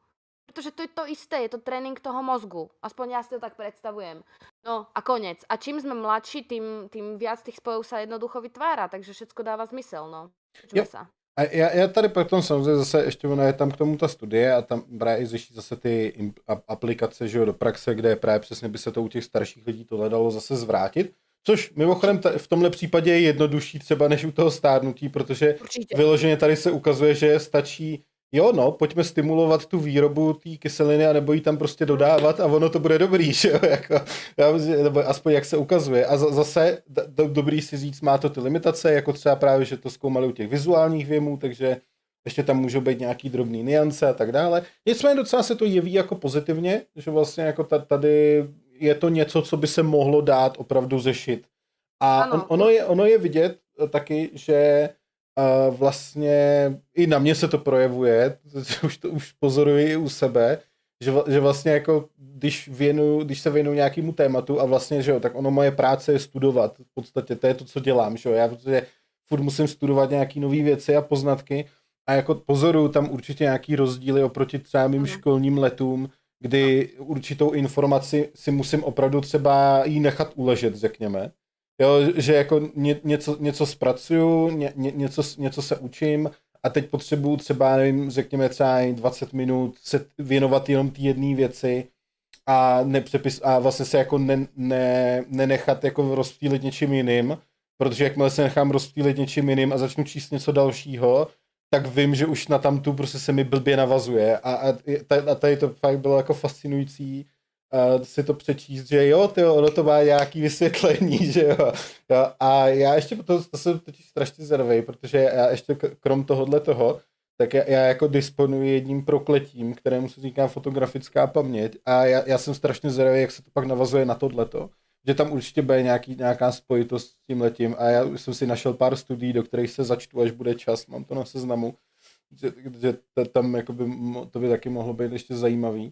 Protože to je to isté, je to trénink toho mozgu. Aspoň ja si to tak predstavujem. No a konec. A čím sme mladší, tým, tým viac tých spojov sa jednoducho vytvára, takže všetko dáva zmysel, no. Jo. Učme sa. A já, já tady potom samozřejmě zase, ještě ona je tam k tomu ta studie a tam právě i řeší zase ty imp- aplikace, že jo, do praxe, kde právě přesně by se to u těch starších lidí tohle dalo zase zvrátit. Což mimochodem t- v tomhle případě je jednodušší třeba než u toho stárnutí, protože Určitě. vyloženě tady se ukazuje, že stačí, jo no, pojďme stimulovat tu výrobu té kyseliny a nebo ji tam prostě dodávat a ono to bude dobrý, že jo, jako, já myslím, nebo aspoň jak se ukazuje. A zase do, dobrý si říct, má to ty limitace, jako třeba právě, že to zkoumali u těch vizuálních věmů, takže ještě tam můžou být nějaký drobný niance a tak dále. Nicméně docela se to jeví jako pozitivně, že vlastně jako tady je to něco, co by se mohlo dát opravdu řešit. A on, ono, je, ono je vidět taky, že uh, vlastně i na mě se to projevuje, už to už pozoruji i u sebe, že, že vlastně jako když, věnu, když se věnu nějakému tématu a vlastně, že jo, tak ono moje práce je studovat, v podstatě to je to, co dělám, že jo, já protože furt musím studovat nějaký nové věci a poznatky a jako pozoruju tam určitě nějaký rozdíly oproti třeba mým školním letům, kdy určitou informaci si musím opravdu třeba jí nechat uležet, řekněme. Jo, že jako ně, něco, něco zpracuju, ně, ně, něco, něco se učím a teď potřebuju třeba, nevím, řekněme třeba dvacet minut se věnovat jenom té jedné věci a, nepřepis, a vlastně se jako ne, ne, nenechat jako rozptýlit něčím jiným, protože jakmile se nechám rozptýlit něčím jiným a začnu číst něco dalšího, tak vím, že už na tamtu prostě se mi blbě navazuje a, a, a tady to fakt bylo jako fascinující uh, si to přečíst, že jo, tyjo, ono to má nějaký vysvětlení, že jo. jo a já ještě, to, to jsem totiž strašně zvědavý, protože já ještě krom tohohle toho, tak já, já jako disponuji jedním prokletím, kterému se říká fotografická paměť a já, já jsem strašně zvědavý, jak se to pak navazuje na tohleto. Že tam určitě bude nějaký, nějaká spojitost s tím letím a já jsem si našel pár studií, do kterých se začtu, až bude čas, mám to na seznamu, že, že tam jakoby, to by taky mohlo být ještě zajímavý.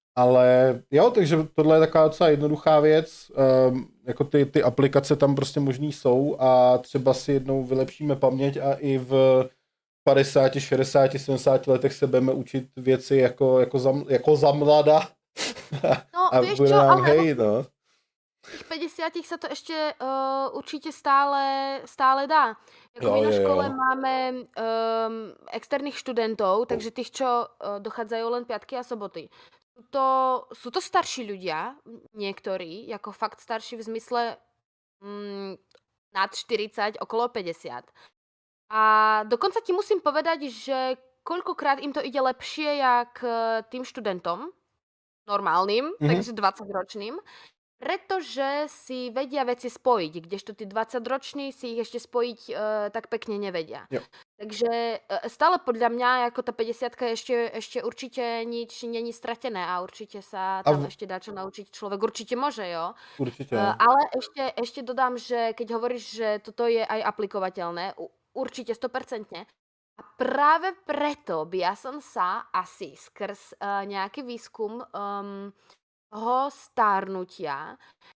Ale jo, takže tohle je taková docela jednoduchá věc, um, jako ty, ty aplikace tam prostě možný jsou a třeba si jednou vylepšíme paměť a i v padesáti, šedesáti, sedmdesáti letech se budeme učit věci jako, jako, za, jako za mlada. No, a vieš bude čo, nám ale hej, no. v tých päťdesiatich sa to ešte uh, určite stále, stále dá. Jako Jo, my na jo, škole jo. máme um, externých študentov, takže tých, čo uh, dochádzajú len piatky a soboty. Sú to, sú to starší ľudia, niektorí, ako fakt starší v zmysle mm, nad štyridsať, okolo päťdesiat. A dokonca ti musím povedať, že koľkokrát im to ide lepšie, jak uh, tým študentom, normálnym, Mhm. takže dvadsaťročným. Pretože si vedia veci spojiť, kdežto tí dvadsaťroční si ich ešte spojiť e, tak pekne nevedia. Jo. Takže e, stále podľa mňa ako tá päťdesiatka ešte, ešte určite nič není stratené a určite sa A tam v- ešte dá čo naučiť človek. Určite môže, jo. Určitě. E, ale ešte, ešte dodám, že keď hovoríš, že toto je aj aplikovateľné, u- určite sto percent. A práve preto by ja som sa asi skrz e, nejaký výskum um, toho stárnutia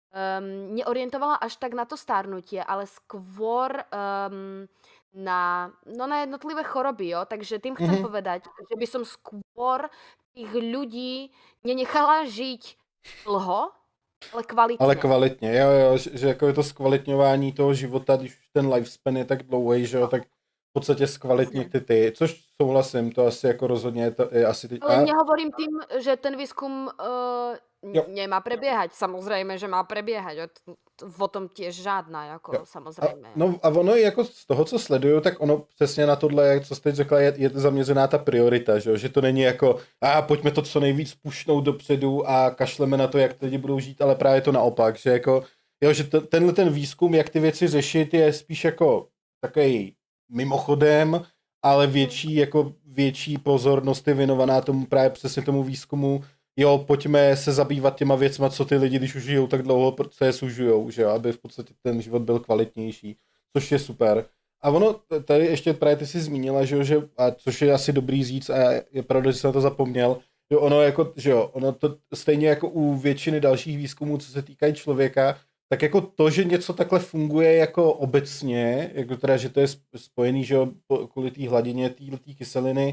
um, neorientovala až tak na to stárnutie, ale skôr um, na, no na jednotlivé choroby, jo. Takže tým chcem Mhm. povedať, že by som skôr tých ľudí nenechala žiť dlho, ale kvalitne. Ale kvalitně, jo, jo, že, že jako je to zkvalitňování toho života, když už ten lifespan je tak dlouhý, že jo, tak v podstatě zkvalitnit ty ty, což souhlasím, to asi jako rozhodně je, to, je asi teď. Ale nehovorím tým, že ten výskum uh, Jo. nemá prebiehať. Samozrejme, že má prebiehať. O, t- o tom tiež žádná, jako Jo. A, samozrejme. no a ono jako z toho, co sleduju, tak ono přesně na tohle, co jste teď řekla, je, je zaměřená ta priorita, že, jo? Že to není jako, a pojďme to co nejvíc pušnout dopředu a kašleme na to, jak lidi budou žít, ale právě to naopak, že jako, jo, že t- tenhle ten výzkum, jak ty věci řešit, je spíš jako takový mimochodem, ale větší, jako větší pozornost je věnovaná tomu právě přesně tomu výzkumu, jo, pojďme se zabývat těma věcma, co ty lidi, když už žijou tak dlouho, co je sužujou, že jo, aby v podstatě ten život byl kvalitnější, což je super. A ono, tady ještě právě ty jsi zmínila, že jo, že, a což je asi dobrý říct, a je pravda, že jsem na to zapomněl, že ono jako, že jo, ono to stejně jako u většiny dalších výzkumů, co se týkají člověka, tak jako to, že něco takhle funguje jako obecně, jako teda, že to je spojený, že jo, kvůli té hladině té kyseliny,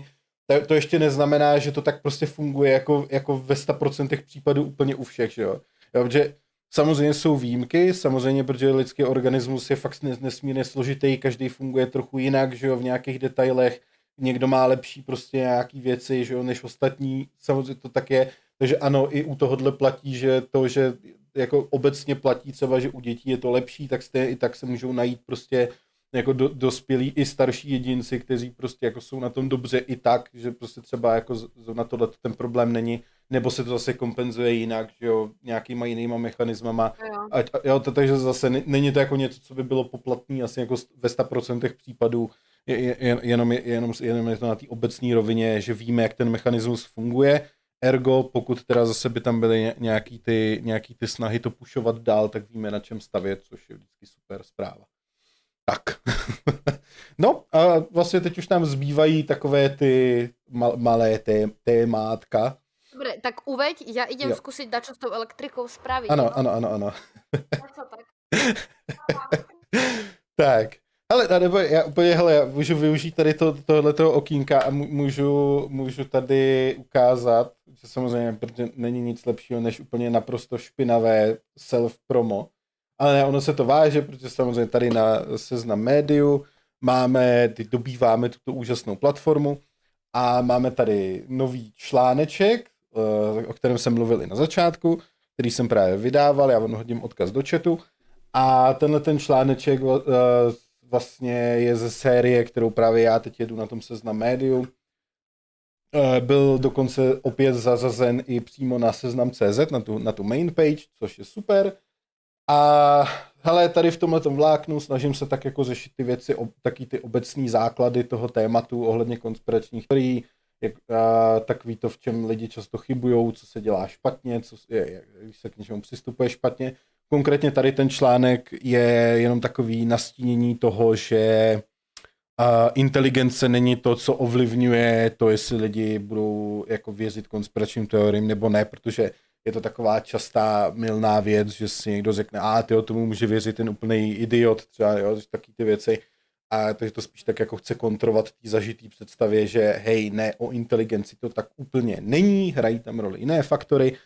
to, to ještě neznamená, že to tak prostě funguje jako, jako ve sto procent případů úplně u všech, že jo. jo protože samozřejmě jsou výjimky, samozřejmě, protože lidský organismus je fakt nesmírně složitý, každý funguje trochu jinak, že jo, v nějakých detailech, někdo má lepší prostě nějaký věci, že jo, než ostatní, samozřejmě to tak je, takže ano, i u tohohle platí, že to, že jako obecně platí třeba, že u dětí je to lepší, tak stejně i tak se můžou najít prostě jako do, dospělí i starší jedinci, kteří prostě jako jsou na tom dobře i tak, že prostě třeba jako na tohle ten problém není, nebo se to zase kompenzuje jinak, že jo, nějakýma jinýma mechanismama. Jo. A, a, jo, to, takže zase není to jako něco, co by bylo poplatný asi jako ve sto procent případů, je, je, jenom, je, jenom, jenom je to na té obecné rovině, že víme, jak ten mechanismus funguje, ergo, pokud teda zase by tam byly nějaký ty, nějaký ty snahy to pušovat dál, tak víme, na čem stavět, což je vždycky super zpráva. Tak. No a vlastně teď už nám zbývají takové ty mal, malé té, témátka. Dobre, tak uveď, ja idem Jo. skúsiť dať, čo s tou elektrikou spraviť. Ano, no? ano, ano, ano. Co tak? Tak. Ale nebo já úplně, hele, já můžu využít tady to, tohleto okýnka a můžu, můžu tady ukázat, že samozřejmě, protože není nic lepšího, než úplně naprosto špinavé self-promo. Ale ne, ono se to váže, protože samozřejmě tady na Seznam Médiu máme, teď dobýváme tuto úžasnou platformu a máme tady nový článeček, o kterém jsem mluvil i na začátku, který jsem právě vydával, já vám hodím odkaz do chatu. A tenhle ten článeček vlastně je ze série, kterou právě já teď jedu na tom Seznam Médiu. Byl dokonce opět zařazen i přímo na Seznam tečka cé zet, na tu, na tu main page, což je super. A hele, tady v tomhletom vláknu snažím se tak jako řešit ty věci, taky ty obecný základy toho tématu ohledně konspiračních teorií, jak, a, takový to, v čem lidi často chybujou, co se dělá špatně, co je, když se k něčemu přistupuje špatně. Konkrétně tady ten článek je jenom takový nastínění toho, že a, inteligence není to, co ovlivňuje to, jestli lidi budou jako věřit konspiračním teoriím nebo ne, protože je to taková častá mylná věc, že si někdo řekne, a tyjo, tomu může věřit ten úplný idiot, třeba, jo, taky ty věci. A takže to spíš tak jako chce kontrovat té zažitý představě, že hej, ne, o inteligenci to tak úplně není, hrají tam roli jiné faktory.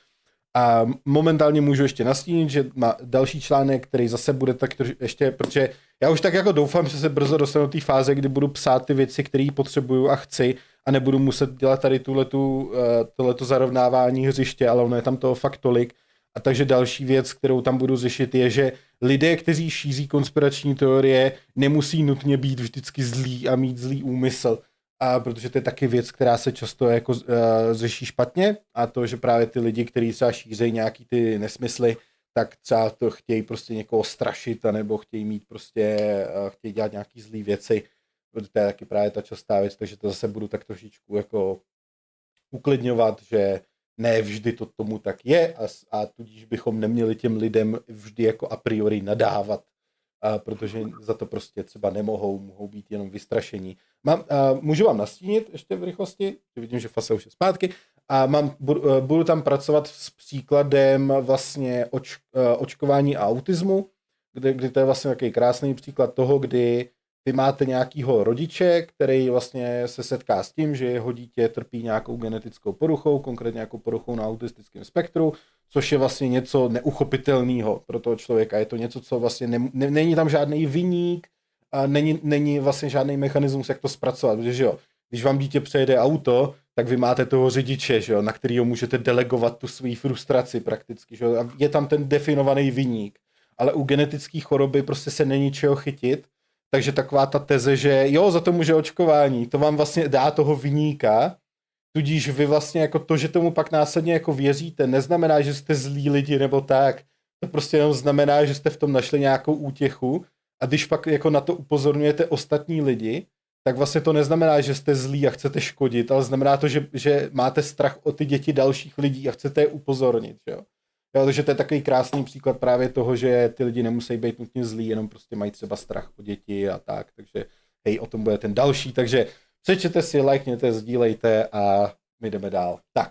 A momentálně můžu ještě nastínit, že má další článek, který zase bude tak ještě, protože já už tak jako doufám, že se brzo dostanu do té fáze, kdy budu psát ty věci, které potřebuju a chci a nebudu muset dělat tady tuhletu, tohleto zarovnávání hřiště, ale ono je tam toho fakt tolik. A takže další věc, kterou tam budu řešit, je, že lidé, kteří šíří konspirační teorie, nemusí nutně být vždycky zlí a mít zlý úmysl. A protože to je taky věc, která se často jako uh, řeší špatně a to, že právě ty lidi, kteří třeba šířejí nějaký ty nesmysly, tak třeba to chtějí prostě někoho strašit anebo chtějí mít prostě, uh, chtějí dělat nějaký zlý věci. To je taky právě ta častá věc, takže to zase budu tak trošičku jako uklidňovat, že ne vždy to tomu tak je a, a tudíž bychom neměli těm lidem vždy jako a priori nadávat. A protože za to prostě třeba nemohou, mohou být jenom vystrašení. Mám, a můžu vám nastínit ještě v rychlosti, vidím, že Fasa už je zpátky, a mám, budu, budu tam pracovat s příkladem vlastně oč, očkování a autismu, kdy, kdy to je vlastně takový krásný příklad toho, kdy vy máte nějakýho rodiče, který vlastně se setká s tím, že jeho dítě trpí nějakou genetickou poruchou, konkrétně nějakou poruchou na autistickém spektru, což je vlastně něco neuchopitelného pro toho člověka. Je to něco, co vlastně ne, ne, není tam žádný viník a není, není vlastně žádný mechanismus, jak to zpracovat. Protože že jo, když vám dítě přejede auto, tak vy máte toho řidiče, že jo, na kterýho můžete delegovat tu svou frustraci prakticky. Že jo, a je tam ten definovaný viník. Ale u genetické choroby prostě se není čeho chytit. Takže taková ta teze, že jo, za to může očkování, to vám vlastně dá toho viníka, tudíž vy vlastně jako to, že tomu pak následně jako věříte, neznamená, že jste zlí lidi nebo tak, to prostě jenom znamená, že jste v tom našli nějakou útěchu a když pak jako na to upozorňujete ostatní lidi, tak vlastně to neznamená, že jste zlí a chcete škodit, ale znamená to, že, že máte strach o ty děti dalších lidí a chcete je upozornit, že jo. Jo, takže to je takový krásný příklad právě toho, že ty lidi nemusí být nutně zlí, jenom prostě mají třeba strach o děti a tak, takže hej, o tom bude ten další, takže přečtěte si, lajkněte, sdílejte a my jdeme dál. Tak,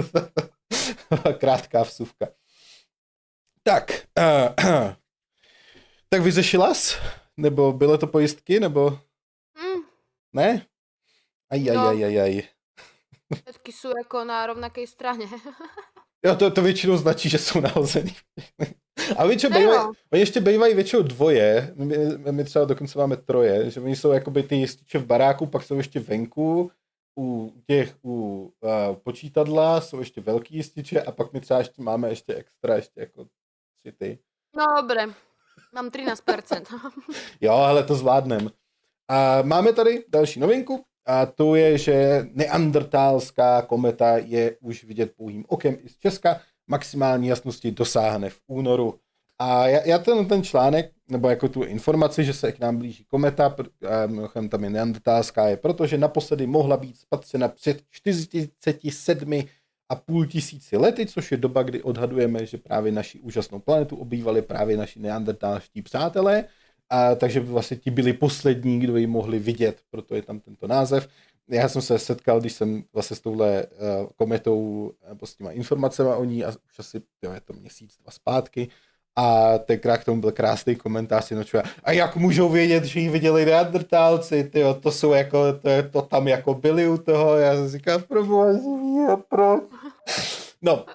krátká vsuvka. Tak, uh, uh. tak vyřešila jsi? Nebo byly to pojistky, nebo? Mm. Ne? Aj, aj, No. aj, aj, aj. Všetky sú ako na rovnakej strane. Jo, to, to většinou značí, že jsou nahozený. A většinou No bývají, jo. oni ještě bývají většinou dvoje, my, my třeba dokonce máme troje, že oni jsou jakoby ty jističe v baráku, pak jsou ještě venku, u těch, u uh, počítadla jsou ještě velký jističe a pak my třeba ještě máme ještě extra, ještě jako tři ty. No dobre, mám třináct procent. Jo, ale to zvládnem. A máme tady další novinku a to je, že neandertálská kometa je už vidět pouhým okem i z Česka. Maximální jasnosti dosáhne v únoru. A já, já ten, ten článek, nebo jako tu informaci, že se k nám blíží kometa, a tam je neandertálská, je proto, že naposledy mohla být spatřena před čtyřicet sedm a půl tisíci lety, což je doba, kdy odhadujeme, že právě naši úžasnou planetu obývali právě naši neandertálští přátelé. A takže vlastně ti byli poslední, kdo ji mohli vidět, proto je tam tento název. Já jsem se setkal, když jsem vlastně s touhle uh, kometou nebo s těma informacemi o ní a už asi jo, je to měsíc, dva zpátky a tenkrát k tomu byl krásný komentář jednočuje. A jak můžou vědět, že ji viděli neandertálci, tyjo, to jsou jako, to, je, to tam jako byli u toho, já jsem říkal, proboha, proč? No,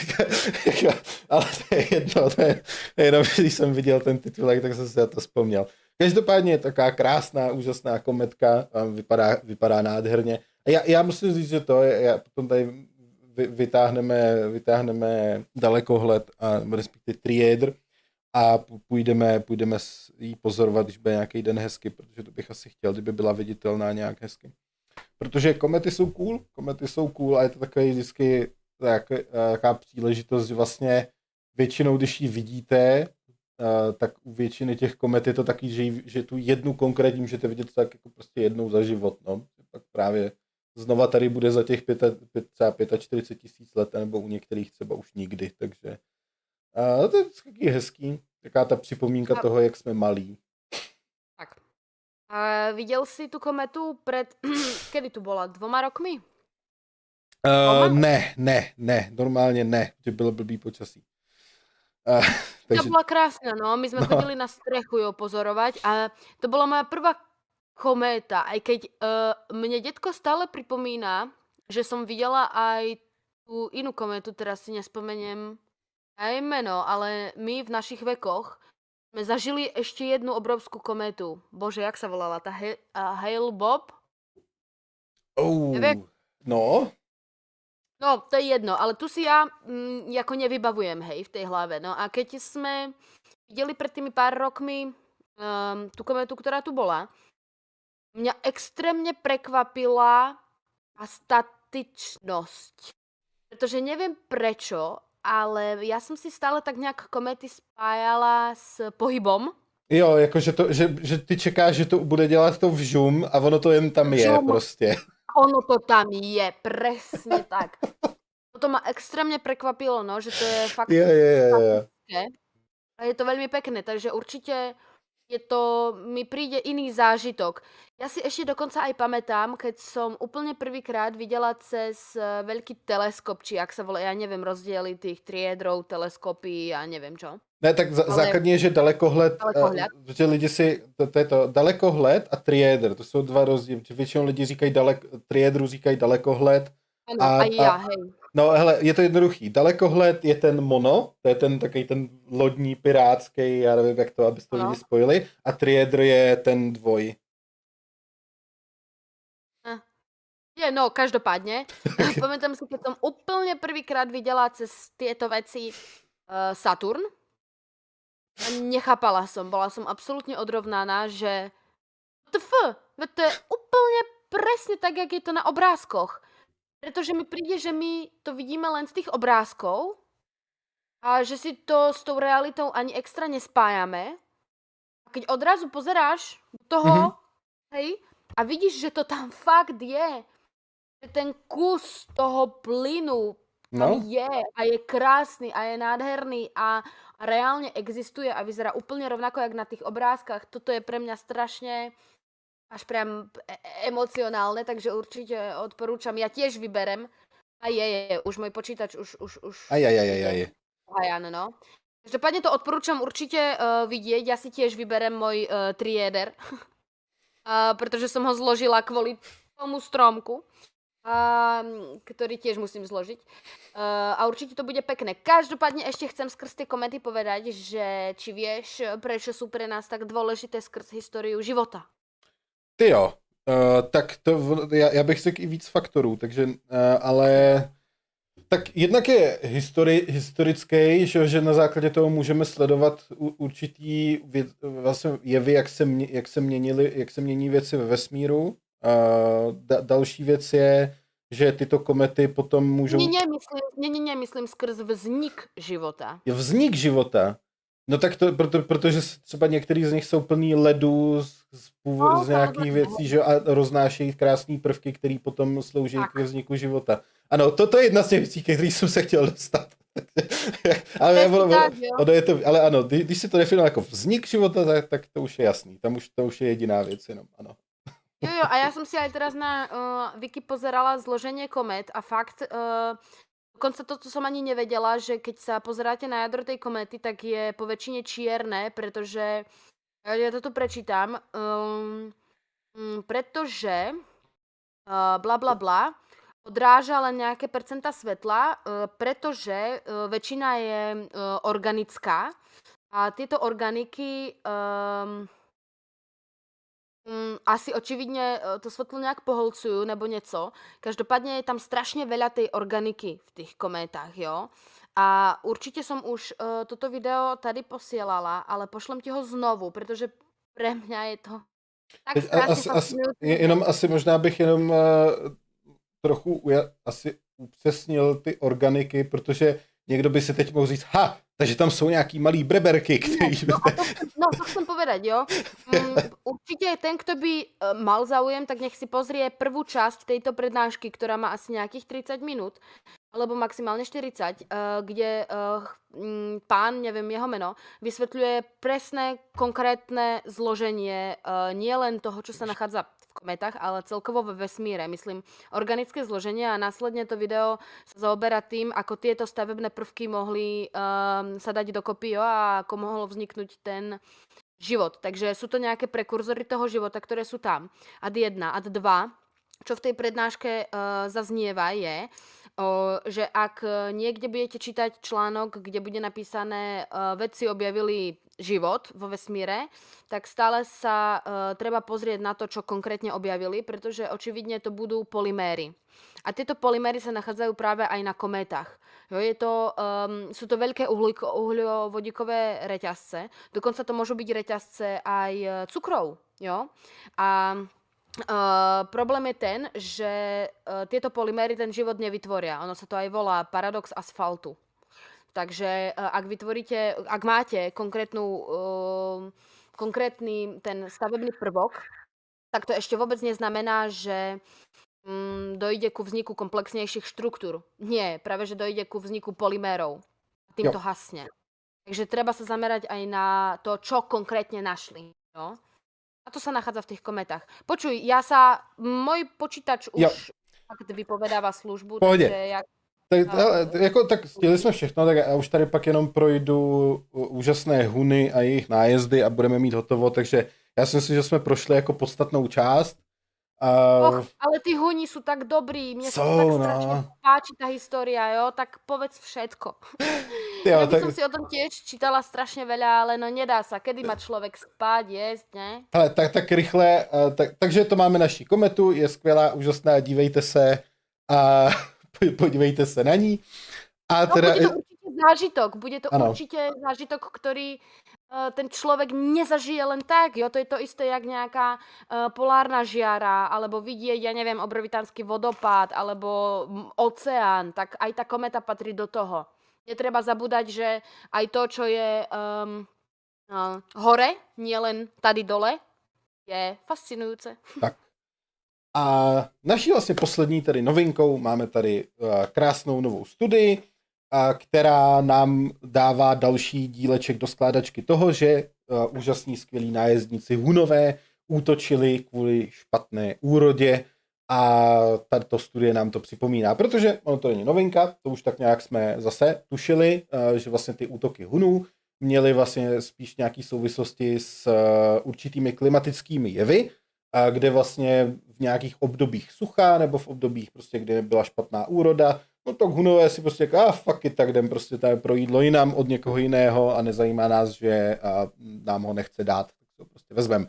ale to je jedno, to je, jenom, když jsem viděl ten titulek, tak jsem si na to vzpomněl. Každopádně je taková krásná, úžasná kometka, vypadá, vypadá nádherně. A já, já musím říct, že to je, já potom tady vytáhneme, vytáhneme dalekohled, a respektive triédr a půjdeme, půjdeme jí pozorovat, když bude nějaký den hezky, protože to bych asi chtěl, kdyby byla viditelná nějak hezky. Protože komety jsou cool, komety jsou cool a je to takový vždycky tak, taká příležitost, že vlastně většinou, když ji vidíte, tak u většiny těch komet je to taky, že, že tu jednu konkrétní můžete vidět tak jako prostě jednou za život, no. Pak právě znova tady bude za těch pět, pět, třeba čtyřicet pět tisíc let, nebo u některých třeba už nikdy, takže a to je taky hezký, taká ta připomínka a... toho, jak jsme malí. Tak. A viděl jsi tu kometu před, kedy tu byla, dvoma rokmi? Uh, ne, ne, ne, normálně ne, že bylo blbý počasí. Uh, takže... To byla krásná, no, my jsme no. chodili na strechu jo pozorovať a to byla moja prvá kométa, aj keď uh, mne detko stále pripomína, že som videla aj tú inú kométu, teraz si nespomeniem aj meno, ale my v našich vekoch sme zažili ešte jednu obrovskú kométu. Bože, jak sa volala? Tá He- uh, Hale-Bopp? Oh, no. No, to je jedno, ale tu si ja mm, jako nevybavujem, hej, v tej hlave. No a keď sme videli pred tými pár rokmi um, tú kométu, ktorá tu bola, mňa extrémne prekvapila a statičnosť. Pretože neviem prečo, ale ja som si stále tak nejak kométy spájala s pohybom. Jo, jako že, to, že, že ty čekáš, že to bude dělat to vžum a ono to jen tam je vžum. Prostě. Ono to tam je, presne tak. Toto ma extrémne prekvapilo, no, že to je fakt je, je, je, je. A je to veľmi pekné, takže určite je to, mi príde iný zážitok. Ja si ešte dokonca aj pamätám, keď som úplne prvýkrát videla cez veľký teleskop, či jak sa volá, ja neviem, rozdiely tých triedrov, teleskopy a neviem čo. Ne, tak z- Ale... základně je, že dalekohled, dalekohled. Uh, že lidi si, to, to je to, dalekohled a triédr, to jsou dva rozdíly, většinou lidi říkají dalek, triédru říkají dalekohled. Ano, a, a já, a, hej. No hele, je to jednoduchý, dalekohled je ten mono, to je ten takový ten lodní, pirátský, já nevím, jak to, abyste to lidi spojili, a triédr je ten dvoj. Eh. Je, no, každopádne. Pamätám si, keď som úplne prvýkrát videla cez tieto veci uh, Saturn, nechápala som, bola som absolútne odrovnaná, že tf, to je úplne presne tak, jak je to na obrázkoch. Pretože mi príde, že my to vidíme len z tých obrázkov a že si to s tou realitou ani extra nespájame. A keď odrazu pozeráš do toho, mm-hmm. hej, a vidíš, že to tam fakt je, že ten kus toho plynu tam no. je a je krásny a je nádherný a reálne existuje a vyzerá úplne rovnako, jak na tých obrázkach. Toto je pre mňa strašne až priam emocionálne, takže určite odporúčam. Ja tiež vyberem. A je, je, je. Už môj počítač už... už, už aj, aj, aj, aj, aj. Aj, áno, no. Každopádne to odporúčam určite uh, vidieť. Ja si tiež vyberem môj uh, triéder. uh, pretože som ho zložila kvôli tomu stromku. a, ktorý tiež musím zložiť. Uh, a určite to bude pekné. Každopádne ešte chcem skrz tie komenty povedať, že či vieš, prečo sú pre nás tak dôležité skrz históriu života? Ty jo, uh, tak to, já, já bych řekl i víc faktorů, takže, uh, ale tak jednak je histori, historický, že, že na základě toho můžeme sledovat u, určitý věc, vlastně jevy, jak se, mě, jak, se měnily, jak se mění věci ve vesmíru. Uh, da, další věc je, že tyto komety potom můžou... Nie, nie, myslím, nie, nie, nie, myslím skrz vznik života. Je vznik života? No tak to, proto, protože třeba některý z nich jsou plný ledu z, z, původ, No, z nějakých věcí, že a roznášejí krásné prvky, které potom slouží Tak. k vzniku života. Ano, to, to je jedna z těch věcí, který jsem se chtěl dostat. ale, Presne ono, tak, jo. ono je to, ale ano, když, když si to definuje jako vznik života, tak, tak to už je jasný. Tam už, to už je jediná věc jenom, ano. Jo, jo, a ja som si aj teraz na uh, Wiki pozerala zloženie komét a fakt, uh, dokonca toto som ani nevedela, že keď sa pozeráte na jadro tej kométy, tak je po väčšine čierne, pretože, ja to tu prečítam, um, um, pretože uh, bla bla bla, odráža len nejaké percenta svetla, uh, pretože uh, väčšina je uh, organická a tieto organiky... Um, Mm, asi očividně eh, to světlo nějak poholcujú nebo něco. Každopádně je tam strašně veľa tej organiky v těch kométách, jo. A určitě som už uh, toto video tady posielala, ale pošlem ti ho znovu, protože pre mňa je to tak Teď strašně asi, asi, fascinující. jenom asi možná bych jenom uh, trochu uja, asi upřesnil ty organiky, protože někdo by si teď mohl říct, ha, takže tam jsou nějaký malý breberky, který... No, a to chcem, no, to chcem povedať, jo. Mm, určite ten, kto by uh, mal záujem, tak nech si pozrie prvú časť tejto prednášky, ktorá má asi nejakých tridsať minút, alebo maximálne štyridsať, uh, kde uh, um, pán, neviem jeho meno, vysvetľuje presné, konkrétne zloženie uh, nielen toho, čo sa nachádza v kometách, ale celkovo ve vesmíre. Myslím, organické zloženie a následne to video sa zaoberá tým, ako tieto stavebné prvky mohli um, sa dať dokopy, jo, a ako mohol vzniknúť ten život. Takže sú to nejaké prekurzory toho života, ktoré sú tam. Ad jedna, ad dva, čo v tej prednáške uh, zaznieva je, uh, že ak niekde budete čítať článok, kde bude napísané uh, vedci objavili život vo vesmíre, tak stále sa uh, treba pozrieť na to, čo konkrétne objavili, pretože očividne to budú polyméry. A tieto polyméry sa nachádzajú práve aj na kométach. Jo, je to, um, sú to veľké uhliko, uhľovodíkové reťazce, dokonca to môžu byť reťazce aj cukrov. Jo? A Uh, problém je ten, že uh, tieto polyméry ten život nevytvoria. Ono sa to aj volá paradox asfaltu. Takže uh, ak vytvoríte, ak máte konkrétnu, uh, konkrétny ten stavebný prvok, tak to ešte vôbec neznamená, že um, dojde ku vzniku komplexnejších štruktúr. Nie, práve že dojde ku vzniku polymérov. Tým to hasne. Takže treba sa zamerať aj na to, čo konkrétne našli. No? A to sa nachádza v tých kometách. Počuj, ja sa, môj počítač už fakt vypovedáva službu, Pohodě. takže jak... Tak, ale, jako, tak stihli jsme všechno, tak já už tady pak jenom projdu úžasné huny a jejich nájezdy a budeme mít hotovo, takže já si myslím, že jsme prošli jako podstatnou část. A... Och, ale tí huni sú tak dobrí, mne Sú, sa to tak no. strašne páči tá história, jo, tak povedz všetko. Jo, ja by tak... som si o tom tiež čítala strašne veľa, ale no nedá sa, kedy má človek spať, jesť, ne? Ale tak, tak rychle, tak, takže to máme naší kometu, je skvělá, úžasná, dívejte se a podívejte se na ní. A No, teda... bude to určite zážitok, bude to ano. určite zážitok, ktorý uh, ten človek nezažije len tak, jo, to je to isté, jak nejaká uh, polárna žiara, alebo vidieť, ja neviem, obrovitánsky vodopád, alebo m, oceán, tak aj tá kometa patrí do toho. Netreba zabúdať, že aj to, čo je um, uh, hore, nielen tady dole, je fascinujúce. Tak. A naší vlastně poslední tedy novinkou máme tady uh, krásnou novou studii, uh, která nám dává další díleček do skládačky toho, že uh, úžasní skvělí nájezdníci Hunové útočili kvůli špatné úrodě a tato studie nám to připomíná, protože ono to není novinka, to už tak nějak jsme zase tušili, uh, že vlastně ty útoky Hunů měly vlastně spíš nějaký souvislosti s uh, určitými klimatickými jevy, a kde vlastně v nějakých obdobích sucha nebo v obdobích prostě, kdy byla špatná úroda, no tak Hunové si prostě jako, a fuck it, tak jdem prostě tady pro jídlo jinam od někoho jiného a nezajímá nás, že a nám ho nechce dát, tak to prostě vezmem.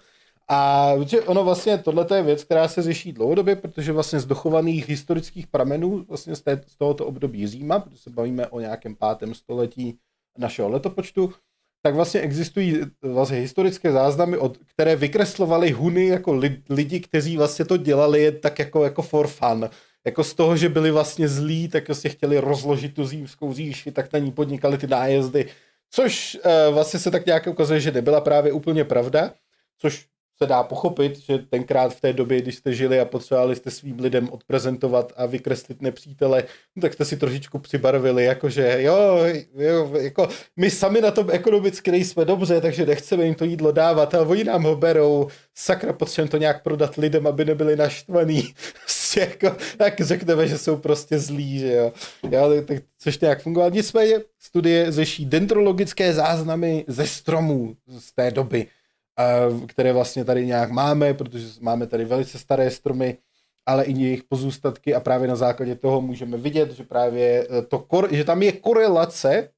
A ono vlastně, tohle je věc, která se řeší dlouhodobě, protože vlastně z dochovaných historických pramenů vlastně z, té, z tohoto období Říma, protože se bavíme o nějakém pátém století našeho letopočtu, tak vlastně existují vlastně historické záznamy, od, které vykreslovaly Huny jako li, lidi, kteří vlastně to dělali tak jako, jako for fun. Jako z toho, že byli vlastně zlí, tak vlastně chtěli rozložit tu římskou říši, tak na ní podnikali ty nájezdy, což uh, vlastně se tak nějak ukazuje, že nebyla právě úplně pravda, což se dá pochopit, že tenkrát v té době, když jste žili a potřebovali jste svým lidem odprezentovat a vykreslit nepřítele, no tak jste si trošičku přibarvili, jakože jo, jo, jako my sami na tom ekonomicky nejsme dobře, takže nechceme jim to jídlo dávat, ale oni nám ho berou, sakra, potřebujeme to nějak prodat lidem, aby nebyli naštvaný. jako, tak řekneme, že jsou prostě zlí, že jo. jo tak což nějak fungovalo. Nicméně studie řeší dendrologické záznamy ze stromů z té doby, které vlastně tady nějak máme, protože máme tady velice staré stromy, ale i jejich pozůstatky a právě na základě toho můžeme vidět, že právě to, že tam je korelace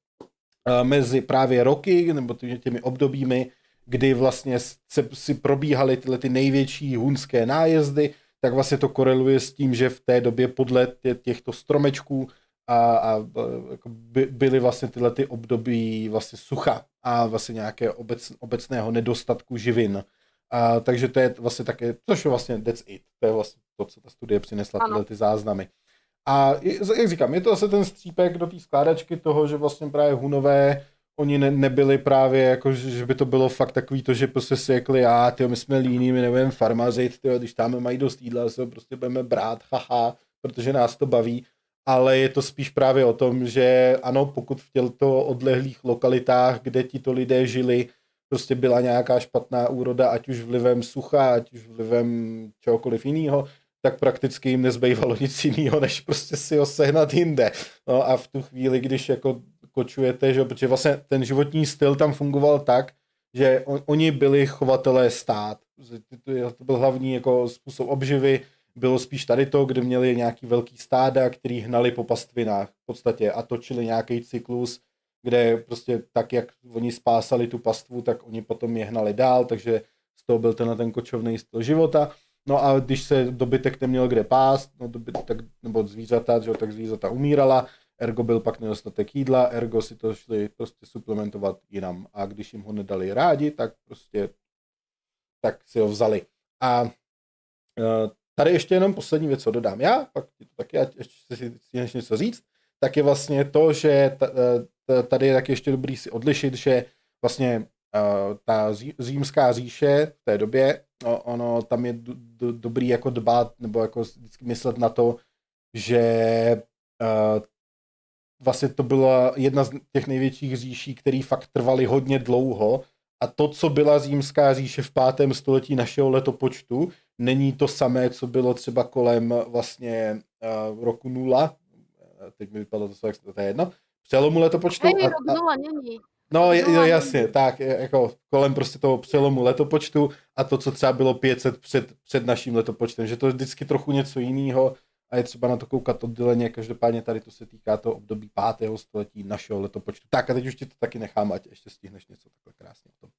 mezi právě roky nebo těmi obdobími, kdy vlastně se, si probíhaly tyhle ty největší hunské nájezdy, tak vlastně to koreluje s tím, že v té době podle tě, těchto stromečků a, a jako by, byly vlastně tyhle ty období vlastně sucha a vlastně nějaké obec, obecného nedostatku živin. A, takže to je vlastně také, což je vlastně that's it. To je vlastně to, co ta studie přinesla, tyhle ty záznamy. A jak říkám, je to zase ten střípek do té skládačky toho, že vlastně právě Hunové, oni ne, nebyli právě jako, že by to bylo fakt takový to, že prostě si řekli, a tyjo, my jsme líní, my nebudeme farmařit, tyjo, když tam mají dost jídla, se ho prostě budeme brát, haha, protože nás to baví. Ale je to spíš právě o tom, že ano, pokud v těchto odlehlých lokalitách, kde tito lidé žili, prostě byla nějaká špatná úroda, ať už vlivem sucha, ať už vlivem čehokoliv jiného, tak prakticky jim nezbývalo nic jiného, než prostě si ho sehnat jinde. No a v tu chvíli, když jako kočujete, že, protože vlastně ten životní styl tam fungoval tak, že on, oni byli chovatelé stát. To byl hlavní jako způsob obživy, bylo spíš tady to, kde měli nějaký velký stáda, který hnali po pastvinách v podstatě a točili nějaký cyklus, kde prostě tak, jak oni spásali tu pastvu, tak oni potom je hnali dál, takže z toho byl tenhle ten kočovný styl života. No a když se dobytek neměl kde pást, no dobytek, nebo zvířata, že, tak zvířata umírala, ergo byl pak nedostatek jídla, ergo si to šli prostě suplementovat jinam. A když jim ho nedali rádi, tak prostě tak si ho vzali. A uh, tady ještě jenom poslední věc, co dodám já, pak ti to taky, ať ještě si chceš něco říct, tak je vlastně to, že t, t, tady je taky ještě dobrý si odlišit, že vlastně uh, ta ří, římská říše v té době, no, ono tam je do, do, dobrý jako dbát, nebo jako vždycky myslet na to, že uh, vlastně to byla jedna z těch největších říší, které fakt trvaly hodně dlouho. A to, co byla římská říše v pátém století našeho letopočtu, není to samé, co bylo třeba kolem vlastně uh, roku nula. Teď mi vypadlo to, jak to je jedno. Přelomu letopočtu. Hej, rok nula není. No, je, je, jasně, tak, jako kolem prostě toho přelomu letopočtu a to, co třeba bylo pět set před, před naším letopočtem, že to je vždycky trochu něco jiného a je třeba na to koukat odděleně, každopádně tady to se týká toho období pátého století našeho letopočtu. Tak a teď už ti to taky nechám, ať ještě stihneš něco takhle krásně o tom.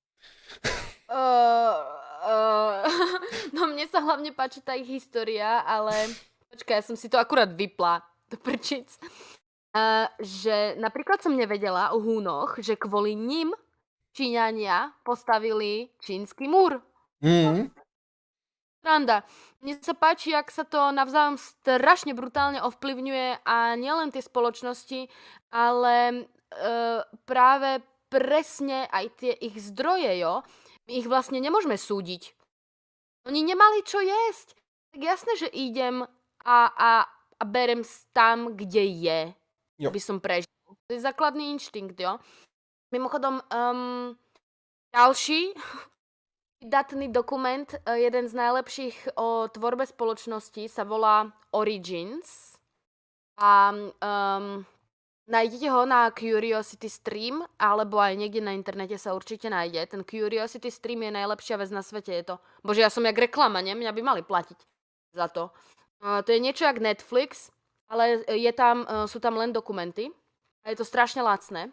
Uh, uh, no mne sa hlavne páči tá ich história, ale počkaj, ja som si to akurát vypla do prčic. Uh, že napríklad som nevedela o Húnoch, že kvôli ním Číňania postavili čínsky múr. Mm. Randa. Mne sa páči, jak sa to navzájom strašne brutálne ovplyvňuje a nielen tie spoločnosti, ale uh, práve presne aj tie ich zdroje, jo? My ich vlastne nemôžeme súdiť. Oni nemali čo jesť. Tak jasné, že idem a, a, a berem tam, kde je. Jo. By som prežil. To je základný inštinkt, jo. Mimochodom, um, ďalší datný dokument, jeden z najlepších o tvorbe spoločnosti sa volá Origins. A um, nájdete ho na Curiosity Stream, alebo aj niekde na internete sa určite nájde. Ten Curiosity Stream je najlepšia vec na svete. Je to... Bože, ja som jak reklama, ne? Mňa by mali platiť. za to. Uh, to je niečo jak Netflix, ale je tam, uh, sú tam len dokumenty a je to strašne lacné.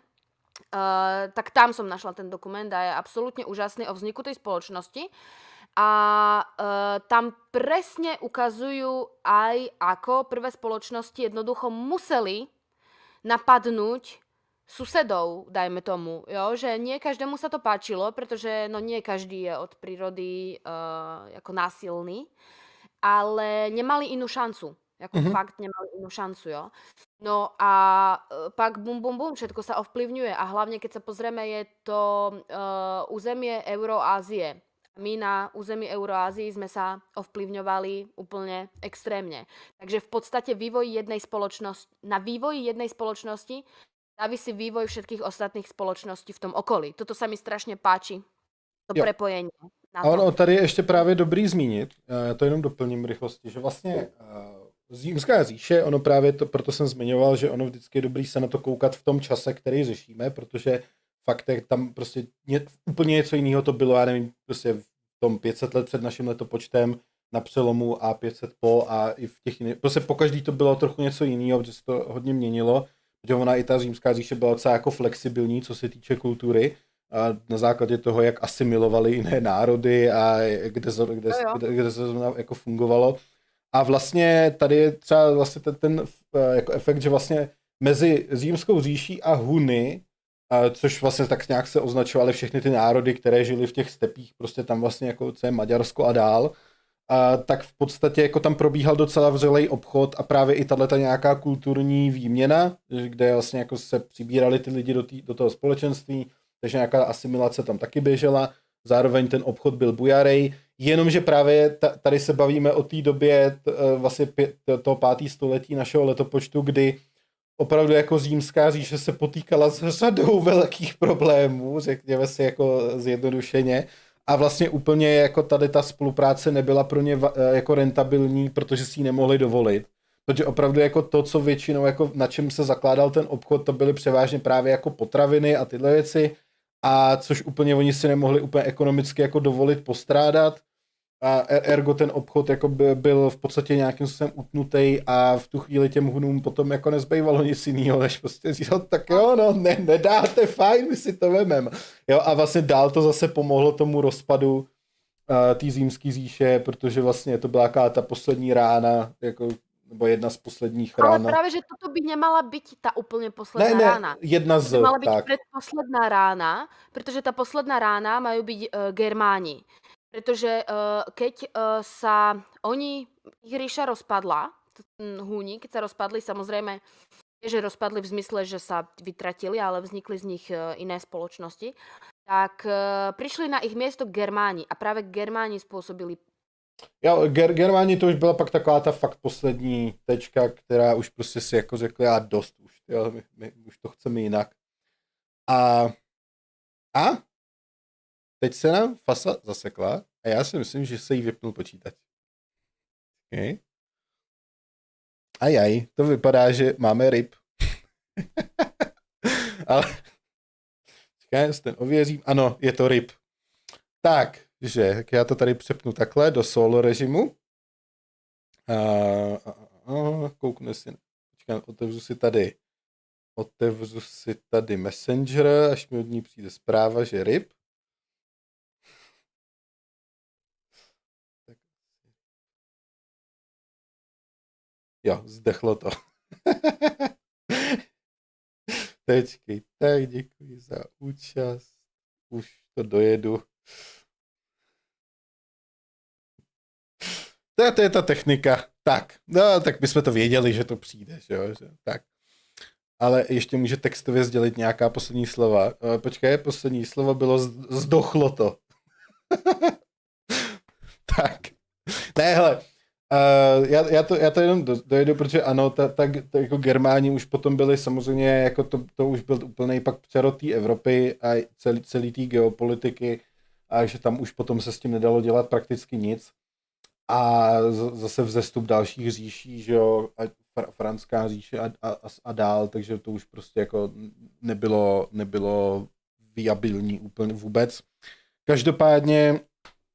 Uh, tak tam som našla ten dokument a je absolútne úžasný o vzniku tej spoločnosti. A uh, tam presne ukazujú aj, ako prvé spoločnosti jednoducho museli napadnúť susedov, dajme tomu, jo? Že nie každému sa to páčilo, pretože no nie každý je od prírody uh, ako násilný, ale nemali inú šancu. Jako Mhm. fakt nemali inú šancu, jo. No a uh, pak bum, bum, bum, všetko sa ovplyvňuje a hlavne keď sa pozrieme, je to uh, územie Euroázie. My na území Euroázii sme sa ovplyvňovali úplne extrémne. Takže v podstate vývoj jednej spoločnosti, na vývoji jednej spoločnosti závisí vývoj všetkých ostatných spoločností v tom okolí. Toto sa mi strašně páči, to Jo. prepojení na A ono to. tady je ještě právě dobrý zmínit, já to jenom doplním rychlosti, že vlastně Římská říše, ono právě to, proto jsem zmiňoval, že ono vždycky je dobrý se na to koukat v tom čase, který řešíme, protože fakt je tam prostě ně, úplně něco jiného to bylo, já nevím, prostě v tom pět set let před naším letopočtem, na přelomu a pět set po a i v těch jiných, prostě pokaždý to bylo trochu něco jiného, protože se to hodně měnilo, protože ona i ta Římská říše byla docela jako flexibilní, co se týče kultury, a na základě toho, jak asimilovali jiné národy a kde, kde, kde, kde se to jako fungovalo. A vlastně tady je třeba vlastně ten, ten jako efekt, že vlastně mezi Římskou říší a Huny, a což vlastně tak nějak se označovaly všechny ty národy, které žili v těch stepích, prostě tam vlastně jako co je Maďarsko a dál, a tak v podstatě jako tam probíhal docela vřelej obchod a právě i tato nějaká kulturní výměna, kde vlastně jako se přibírali ty lidi do, tý, do toho společenství, takže nějaká asimilace tam taky běžela, zároveň ten obchod byl bujarej, jenomže právě tady se bavíme o té době t, vlastně pě, toho pátý století našeho letopočtu, kdy opravdu jako Římská říše se potýkala s řadou velkých problémů, řekněme si jako zjednodušeně, a vlastně úplně jako tady ta spolupráce nebyla pro ně jako rentabilní, protože si ji nemohli dovolit. Protože opravdu jako to, co většinou jako na čem se zakládal ten obchod, to byly převážně právě jako potraviny a tyhle věci, a což úplně oni si nemohli úplně ekonomicky jako dovolit postrádat. A ergo ten obchod jako by byl v podstatě nějakým způsobem utnutý a v tu chvíli těm Hunům potom jako nezbývalo nic jiného, než prostě říct, tak jo, no, ne, nedáte, fajn, my si to vememe. Jo, a vlastně dál to zase pomohlo tomu rozpadu uh, té Římské říše, protože vlastně to byla jaká ta poslední rána, jako, nebo jedna z posledních rán. Ale právě, že toto by nemala být ta úplně posledná ne, ne, rána. jedna z, to by mala být tak. predposledná rána, protože ta posledná rána majú byť uh, Germáni. Pretože uh, keď uh, sa oni, ich ríša rozpadla, Húni, keď sa rozpadli, samozrejme, že rozpadli v zmysle, že sa vytratili, ale vznikli z nich uh, iné spoločnosti, tak uh, prišli na ich miesto Germáni a práve Germáni spôsobili. Jo, Ger- Germáni to už byla pak taková ta fakt poslední tečka, která už prostě si jako řekli, já dost už, jo, my, my už to chceme jinak. A, a teď se nám Fasa zasekla a já si myslím, že se jí vypnul počítač. Okay. Ajaj, to vypadá, že máme ryb. Ale čekaj, ten ověřím. Ano, je to ryb. Tak, že tak já to tady přepnu takhle do solo režimu. A, a, a, kouknu si. Počkej, otevřu si tady otevřu si tady Messenger, až mi od ní přijde zpráva, že ryb. Jo, zdechlo to. Tečky, tak děkuji za účast. Už to dojedu. To, to je ta technika. Tak, no, tak bychom to věděli, že to přijde, že jo, že, tak. Ale ještě může textově sdělit nějaká poslední slova. Počkej, poslední slovo bylo zdochlo to. Tak. Ne, hele, uh, já, já, to, já to jenom do, dojedu, protože ano, ta, ta, ta, jako Germáni už potom byli samozřejmě, jako to, to už byl úplný pak přerod té Evropy a celý, celý té geopolitiky, a že tam už potom se s tím nedalo dělat prakticky nic. A z, zase vzestup dalších říší, že jo, a fr, franská říše a, a, a dál, takže to už prostě jako nebylo, nebylo viabilní úplně vůbec. Každopádně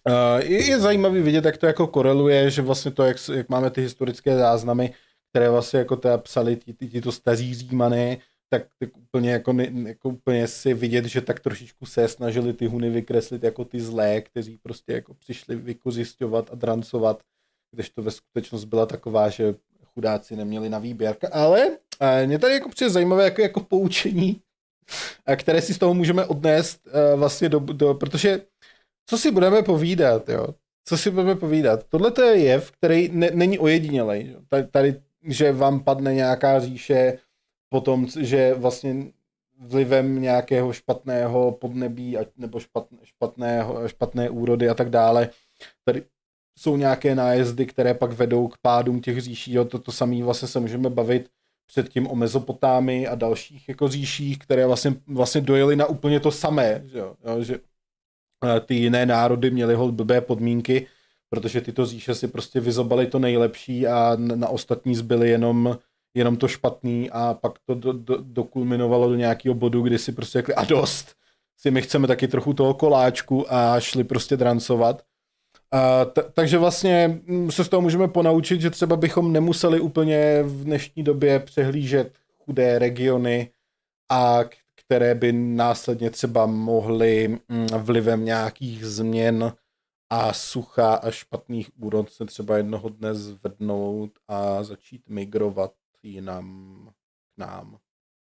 Uh, je, je zajímavý vidět, jak to jako koreluje, že vlastně to, jak, jak máme ty historické záznamy, které vlastně jako teda psali tito staří Římané, tak, tak úplně jako, ne, jako úplně si vidět, že tak trošičku se snažili ty Huny vykreslit jako ty zlé, kteří prostě jako přišli vykořisťovat a drancovat, kdežto ve skutečnost byla taková, že chudáci neměli na výběr. Ale uh, mě tady jako přijde zajímavé jako, jako poučení, a které si z toho můžeme odnést uh, vlastně do, do, protože co si budeme povídat, jo? Co si budeme povídat? Tohle to je jev, který ne, není ojedinělej. Tady, tady, že vám padne nějaká říše potom, že vlastně vlivem nějakého špatného podnebí nebo špatné, špatného, špatné úrody a tak dále. Tady jsou nějaké nájezdy, které pak vedou k pádům těch říší. Jo? Toto samé vlastně se můžeme bavit předtím o Mezopotámii a dalších jako říších, které vlastně, vlastně dojely na úplně to samé. Že, jo? že ty jiné národy měly hod blbé podmínky, protože tyto říše si prostě vyzobaly to nejlepší a na ostatní zbyly jenom, jenom to špatný a pak to do, do, dokulminovalo do nějakého bodu, kdy si prostě řekli a dost, si my chceme taky trochu toho koláčku a šli prostě drancovat. A t- takže vlastně se z toho můžeme ponaučit, že třeba bychom nemuseli úplně v dnešní době přehlížet chudé regiony a které by následně třeba mohly vlivem nějakých změn a sucha a špatných úrod se třeba jednoho dne zvednout a začít migrovat jinam k nám.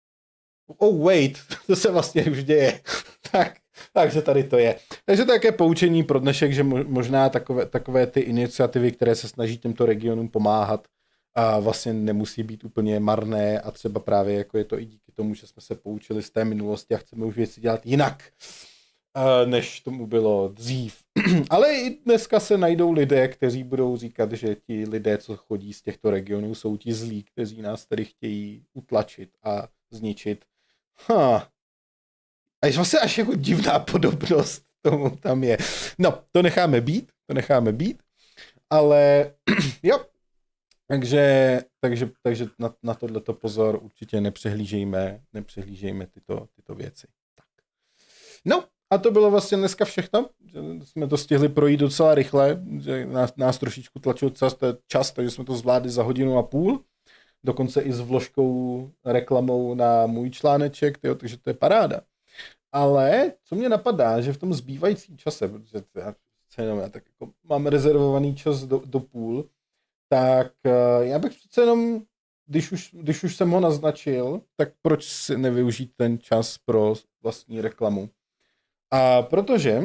Oh wait, to se vlastně už děje. tak, takže tady to je. Takže to je také poučení pro dnešek, že možná takové, takové ty iniciativy, které se snaží těmto regionům pomáhat, a vlastně nemusí být úplně marné a třeba právě jako je to i díky tomu, že jsme se poučili z té minulosti a chceme už věci dělat jinak, než tomu bylo dřív. Ale i dneska se najdou lidé, kteří budou říkat, že ti lidé, co chodí z těchto regionů, jsou ti zlí, kteří nás tady chtějí utlačit a zničit. Ha. Až vlastně až jako divná podobnost tomu tam je. No, to necháme být, to necháme být, ale jo. Takže, takže, takže na, na tohleto pozor určitě nepřehlížejme, nepřehlížejme tyto, tyto věci. Tak. No a to bylo vlastně dneska všechno. Že jsme to stihli projít docela rychle, že nás, nás trošičku tlačil čas, čas, takže jsme to zvládli za hodinu a půl. Dokonce i s vložkou reklamou na můj článeček, tyjo, takže to je paráda. Ale co mě napadá, že v tom zbývajícím čase, protože já, jenom, já tak jako mám rezervovaný čas do, do půl, tak já bych přece jenom, když už, když už jsem ho naznačil, tak proč si nevyužít ten čas pro vlastní reklamu? A protože,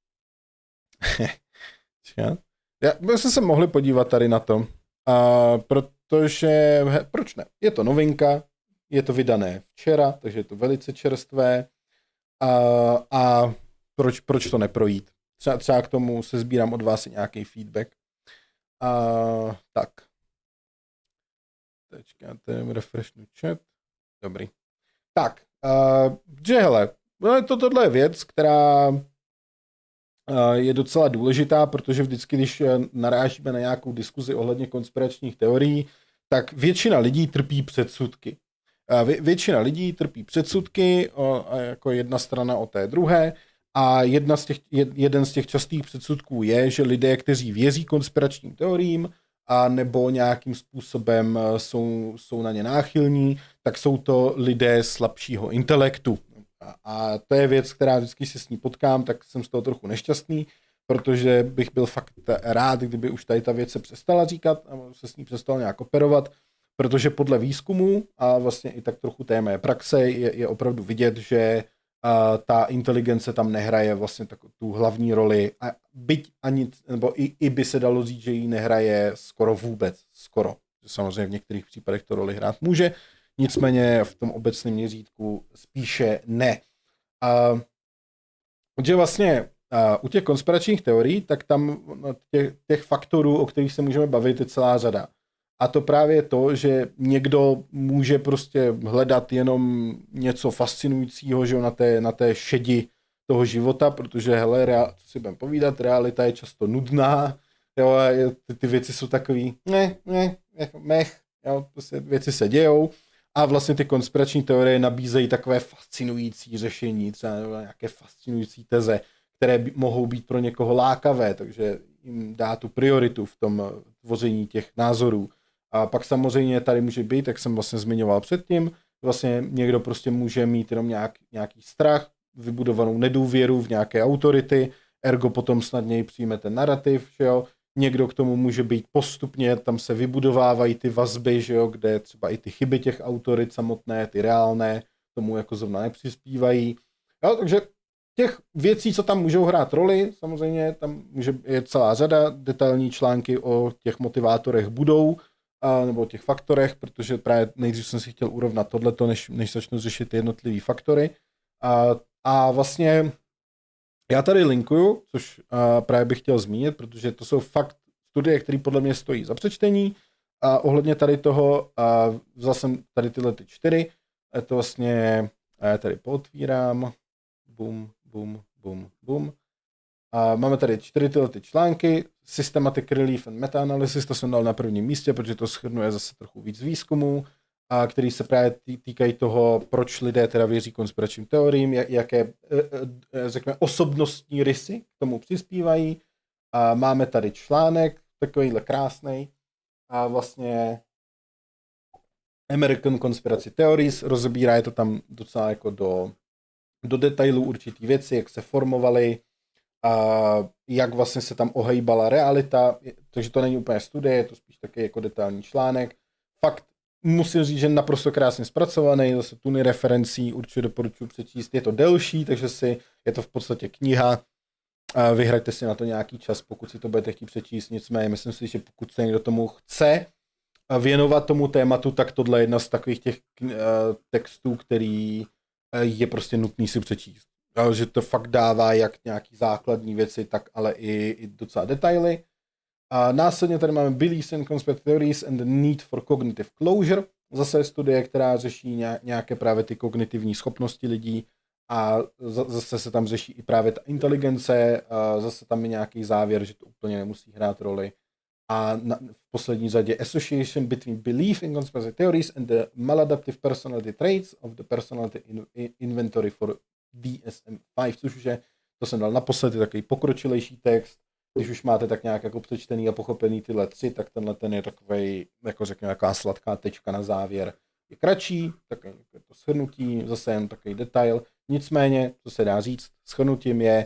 já bychom se mohli podívat tady na to, a protože, proč ne? Je to novinka, je to vydané včera, takže je to velice čerstvé a, a proč, proč to neprojít? Třeba, třeba k tomu se sbírám od vás i nějaký feedback. A tak. Teďka tady refreshnu chat. Dobrý. Tak, uh, že hele, to, tohle je věc, která uh, je docela důležitá, protože vždycky, když narážíme na nějakou diskuzi ohledně konspiračních teorií, tak většina lidí trpí předsudky. Uh, vě, většina lidí trpí předsudky, uh, jako jedna strana o té druhé. A jedna z těch, jeden z těch častých předsudků je, že lidé, kteří věří konspiračním teoriím a nebo nějakým způsobem jsou, jsou na ně náchylní, tak jsou to lidé slabšího intelektu. A, a to je věc, která vždycky se s ní potkám, tak jsem z toho trochu nešťastný, protože bych byl fakt rád, kdyby už tady ta věc se přestala říkat a se s ní přestal nějak operovat, protože podle výzkumu a vlastně i tak trochu té mé praxe je, je opravdu vidět, že Uh, ta inteligence tam nehraje vlastně tak, tu hlavní roli a byť ani, nebo i, i by se dalo říct, že ji nehraje skoro vůbec, skoro. Samozřejmě v některých případech to roli hrát může, nicméně v tom obecném měřítku spíše ne. Uh, že vlastně uh, u těch konspiračních teorií, tak tam těch, těch faktorů, o kterých se můžeme bavit, je celá řada. A to právě to, že někdo může prostě hledat jenom něco fascinujícího, že na té, na té šedi toho života, protože hele, reál, co si budeme povídat, realita je často nudná, jo, ty, ty věci jsou takový, ne, ne, mech, jo, prostě věci se dějou a vlastně ty konspirační teorie nabízejí takové fascinující řešení, třeba nějaké fascinující teze, které by, mohou být pro někoho lákavé, takže jim dá tu prioritu v tom tvoření těch názorů. A pak samozřejmě tady může být, jak jsem vlastně zmiňoval předtím, vlastně někdo prostě může mít jenom nějak, nějaký strach, vybudovanou nedůvěru v nějaké autority, ergo potom snadněji přijme ten narrativ, že jo. Někdo k tomu může být postupně, tam se vybudovávají ty vazby, že jo, kde třeba i ty chyby těch autorit samotné, ty reálné, tomu jako zrovna nepřispívají. Jo, takže těch věcí, co tam můžou hrát roli, samozřejmě tam může, je celá řada, detailní články o těch motivátorech budou, a, nebo o těch faktorech, protože právě nejdřív jsem si chtěl urovnat tohleto, než, než začnu řešit jednotlivý faktory. A, a vlastně já tady linkuju, což a, právě bych chtěl zmínit, protože to jsou fakt studie, které podle mě stojí za přečtení. A ohledně tady toho, a vzal jsem tady tyhle ty čtyři, je to vlastně, a já tady pootvírám, bum, bum, bum, bum. A máme tady čtyři tyhle ty články, Systematic Relief and Meta-analysis, to jsem dal na prvním místě, protože to shrnuje zase trochu víc výzkumů, a který se právě týkají toho, proč lidé teda věří konspiračním teoriím, jaké, řekněme, osobnostní rysy k tomu přispívají. A máme tady článek, takovýhle krásný, a vlastně American Conspiracy Theories, rozebírá je to tam docela jako do, do detailů určitý věci, jak se formovaly, a jak vlastně se tam ohejbala realita, takže to není úplně studie, je to spíš taky jako detailní článek. Fakt musím říct, že naprosto krásně zpracovaný, zase tuny referencí určitě doporučuji přečíst, je to delší, takže si, je to v podstatě kniha, a vyhraďte si na to nějaký čas, pokud si to budete chtít přečíst, nicméně myslím si, že pokud se někdo tomu chce věnovat tomu tématu, tak tohle je jedna z takových těch uh, textů, který uh, je prostě nutný si přečíst. Uh, že to fakt dává jak nějaký základní věci, tak ale i, i docela detaily. A následně tady máme Beliefs and Conspiracy Theories and the Need for Cognitive Closure. Zase studie, která řeší nějaké právě ty kognitivní schopnosti lidí a zase se tam řeší i právě ta inteligence, a zase tam je nějaký závěr, že to úplně nemusí hrát roli. A na, v poslední řadě Association between Belief in Conspiracy Theories and the Maladaptive Personality Traits of the Personality in, Inventory for D S M pět, což už je, to jsem dal naposledy, takový pokročilejší text. Když už máte tak nějak jako přečtený a pochopený tyhle tři, tak tenhle ten je takovej, jako řekněme, taková sladká tečka na závěr. Je kratší, tak je to shrnutí, zase jen takový detail. Nicméně, co se dá říct, shrnutím je,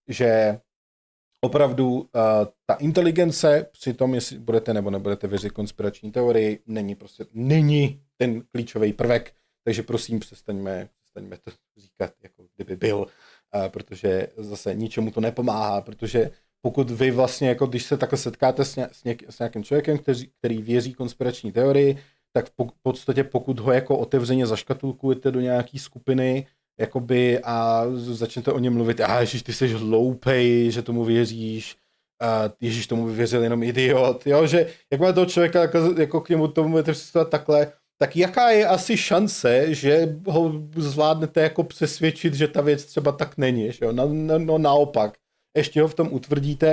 že opravdu uh, ta inteligence při tom, jestli budete nebo nebudete věřit konspirační teorii, není prostě, není ten klíčový prvek, takže prosím přestaňme, přestaňme to říkat, jako kdyby byl, uh, protože zase ničemu to nepomáhá, protože pokud vy vlastně, jako když se takhle setkáte s, ně, s, něk, s nějakým člověkem, který, který věří konspirační teorii, tak v podstatě pokud ho jako otevřeně zaškatulkujete do nějaký skupiny, jakoby a začnete o něm mluvit, a ježiš, ty jsi hloupej, že tomu věříš, a ježiš, tomu by věřil jenom idiot, jo, že jak má toho člověka jako, jako k němu tomu budete přistupovat takhle, tak jaká je asi šance, že ho zvládnete jako přesvědčit, že ta věc třeba tak není, že jo, no, no, no naopak, ještě ho v tom utvrdíte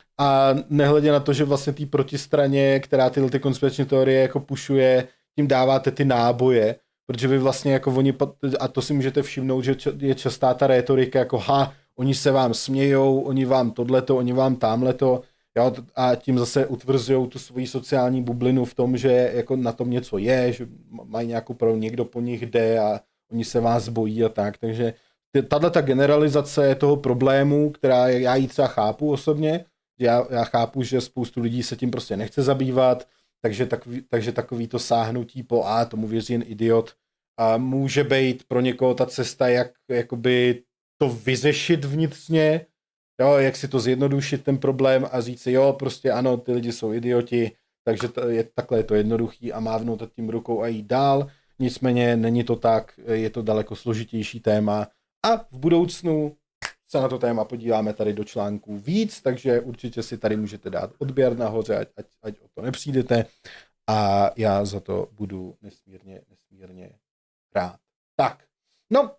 a nehledě na to, že vlastně té protistraně, která tyhle ty konspirační teorie jako pušuje, tím dáváte ty náboje, protože vy vlastně jako oni, a to si můžete všimnout, že je častá ta rétorika jako ha, oni se vám smějou, oni vám tohleto, oni vám támhleto, jo, a tím zase utvrzujou tu svoji sociální bublinu v tom, že jako na tom něco je, že mají nějakou pravdu, někdo po nich jde a oni se vás bojí a tak, takže tato generalizace toho problému, která já ji třeba chápu osobně, já, já chápu, že spoustu lidí se tím prostě nechce zabývat, takže, takový, takže takový to sáhnutí po a tomu věří jen idiot a může být pro někoho ta cesta, jak jakoby to vyřešit vnitřně, jo, jak si to zjednodušit ten problém a říct si, jo, prostě ano, ty lidi jsou idioti, takže to je, takhle je to jednoduchý a mávnout tím rukou a jít dál, nicméně není to tak, je to daleko složitější téma a v budoucnu se na to téma podíváme tady do článků víc, takže určitě si tady můžete dát odběr nahoře, ať, ať, ať o to nepřijdete a já za to budu nesmírně, nesmírně rád. Tak, no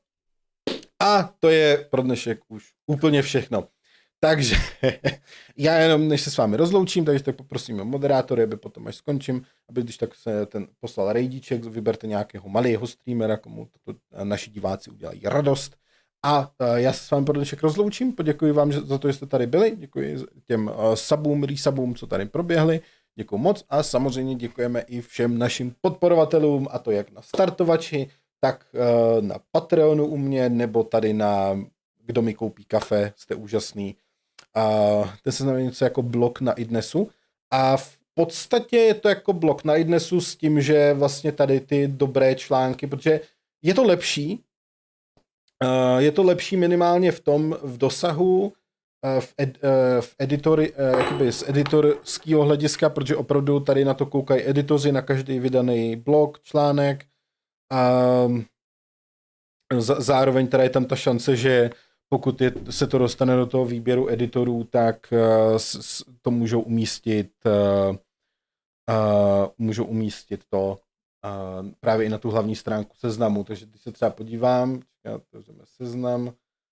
a to je pro dnešek už úplně všechno. Takže já jenom, než se s vámi rozloučím, takže tak poprosím moderátory, aby potom, až skončím, aby když tak se ten poslal rejdíček, vyberte nějakého malého streamera, komu to naši diváci udělají radost A já se s vámi pro dnešek rozloučím, poděkuji vám za to, že jste tady byli, děkuji těm subům, resubům, co tady proběhly, děkuji moc a samozřejmě děkujeme i všem našim podporovatelům, a to jak na startovači, tak na Patreonu u mě, nebo tady na Kdo mi koupí kafe, jste úžasný. A ten se znamená něco jako blog na iDnesu a v podstatě je to jako blog na iDnesu s tím, že vlastně tady ty dobré články, protože je to lepší, Uh, je to lepší minimálně v tom, v dosahu, uh, v, ed, uh, v editory, uh, jakoby z editorského hlediska, protože opravdu tady na to koukají editoři na každý vydaný blog, článek. Um, z, zároveň teda je tam ta šance, že pokud je, se to dostane do toho výběru editorů, tak uh, s, s, to můžou umístit uh, uh, můžou umístit to uh, právě i na tu hlavní stránku seznamu. Takže když se třeba podívám, já to vezmeme seznam,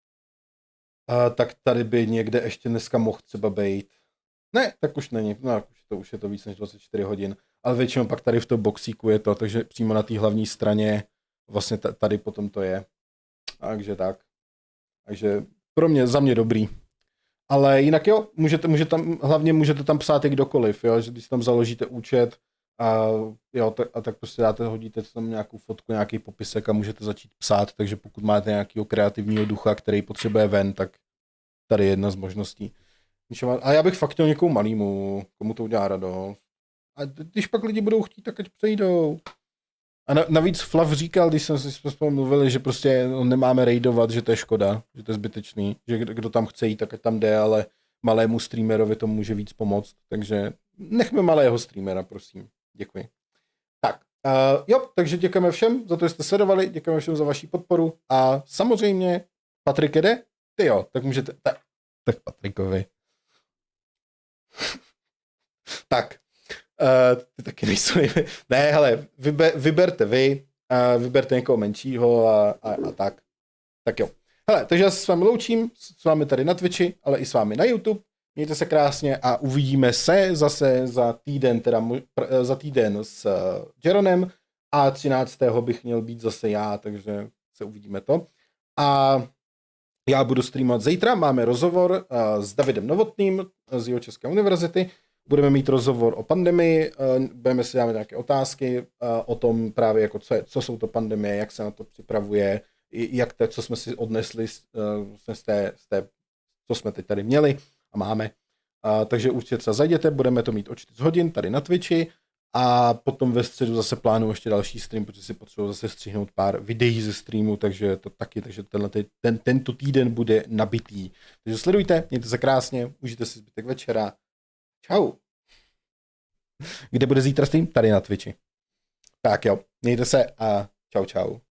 a tak tady by někde ještě dneska mohl třeba být. Ne, tak už není, no už to, už je to víc než dvacet čtyři hodin, ale většinou pak tady v tom boxíku je to, takže přímo na té hlavní straně vlastně tady potom to je. Takže tak. Takže pro mě, za mě dobrý. Ale jinak jo, můžete, můžete tam, hlavně můžete tam psát i kdokoliv, jo, že když tam založíte účet, a, jo, tak, a tak prostě dáte, hodíte tam nějakou fotku, nějaký popisek a můžete začít psát, takže pokud máte nějakého kreativního ducha, který potřebuje ven, tak tady je jedna z možností. A já bych fakt chtěl někomu malýmu, komu to udělá radost. A když pak lidi budou chtít, tak ať přejdou. A na, navíc Flav říkal, když jsme si spolu mluvili, že prostě nemáme raidovat, že to je škoda, že to je zbytečný, že kdo tam chce jít, tak ať tam jde, ale malému streamerovi to může víc pomoct, takže nechme malého streamera, prosím. Děkuji. Tak, uh, jo, takže děkujeme všem za to, že jste sledovali, děkujeme všem za vaši podporu a samozřejmě Patrik jede? Ty jo, tak můžete, tak, tak Patrikovi. Tak, uh, ty taky nejsou nejme. Ne, hele, vyber, vyberte vy, uh, vyberte někoho menšího a, a, a tak. Tak jo. Hele, takže já se s vámi loučím, s vámi tady na Twitchi, ale i s vámi na YouTube. Mějte se krásně a uvidíme se zase za týden, teda za týden s Jeronem a třináctého bych měl být zase já, takže se uvidíme to. A já budu streamovat zítra, máme rozhovor s Davidem Novotným z Jihočeské univerzity. Budeme mít rozhovor o pandemii, budeme si dávat nějaké otázky o tom právě, jako co, je, co jsou to pandemie, jak se na to připravuje, jak te, co jsme si odnesli z, z, té, z té, co jsme teď tady měli a máme. A, takže určitě třeba zajděte, budeme to mít o čtyři hodin tady na Twitchi a potom ve středu zase plánuju ještě další stream, protože si potřebuji zase střihnout pár videí ze streamu, takže to taky, takže tenhle, ten, tento týden bude nabitý. Takže sledujte, mějte se krásně, užijte si zbytek večera. Čau. Kde bude zítra stream? Tady na Twitchi. Tak jo, mějte se a čau čau.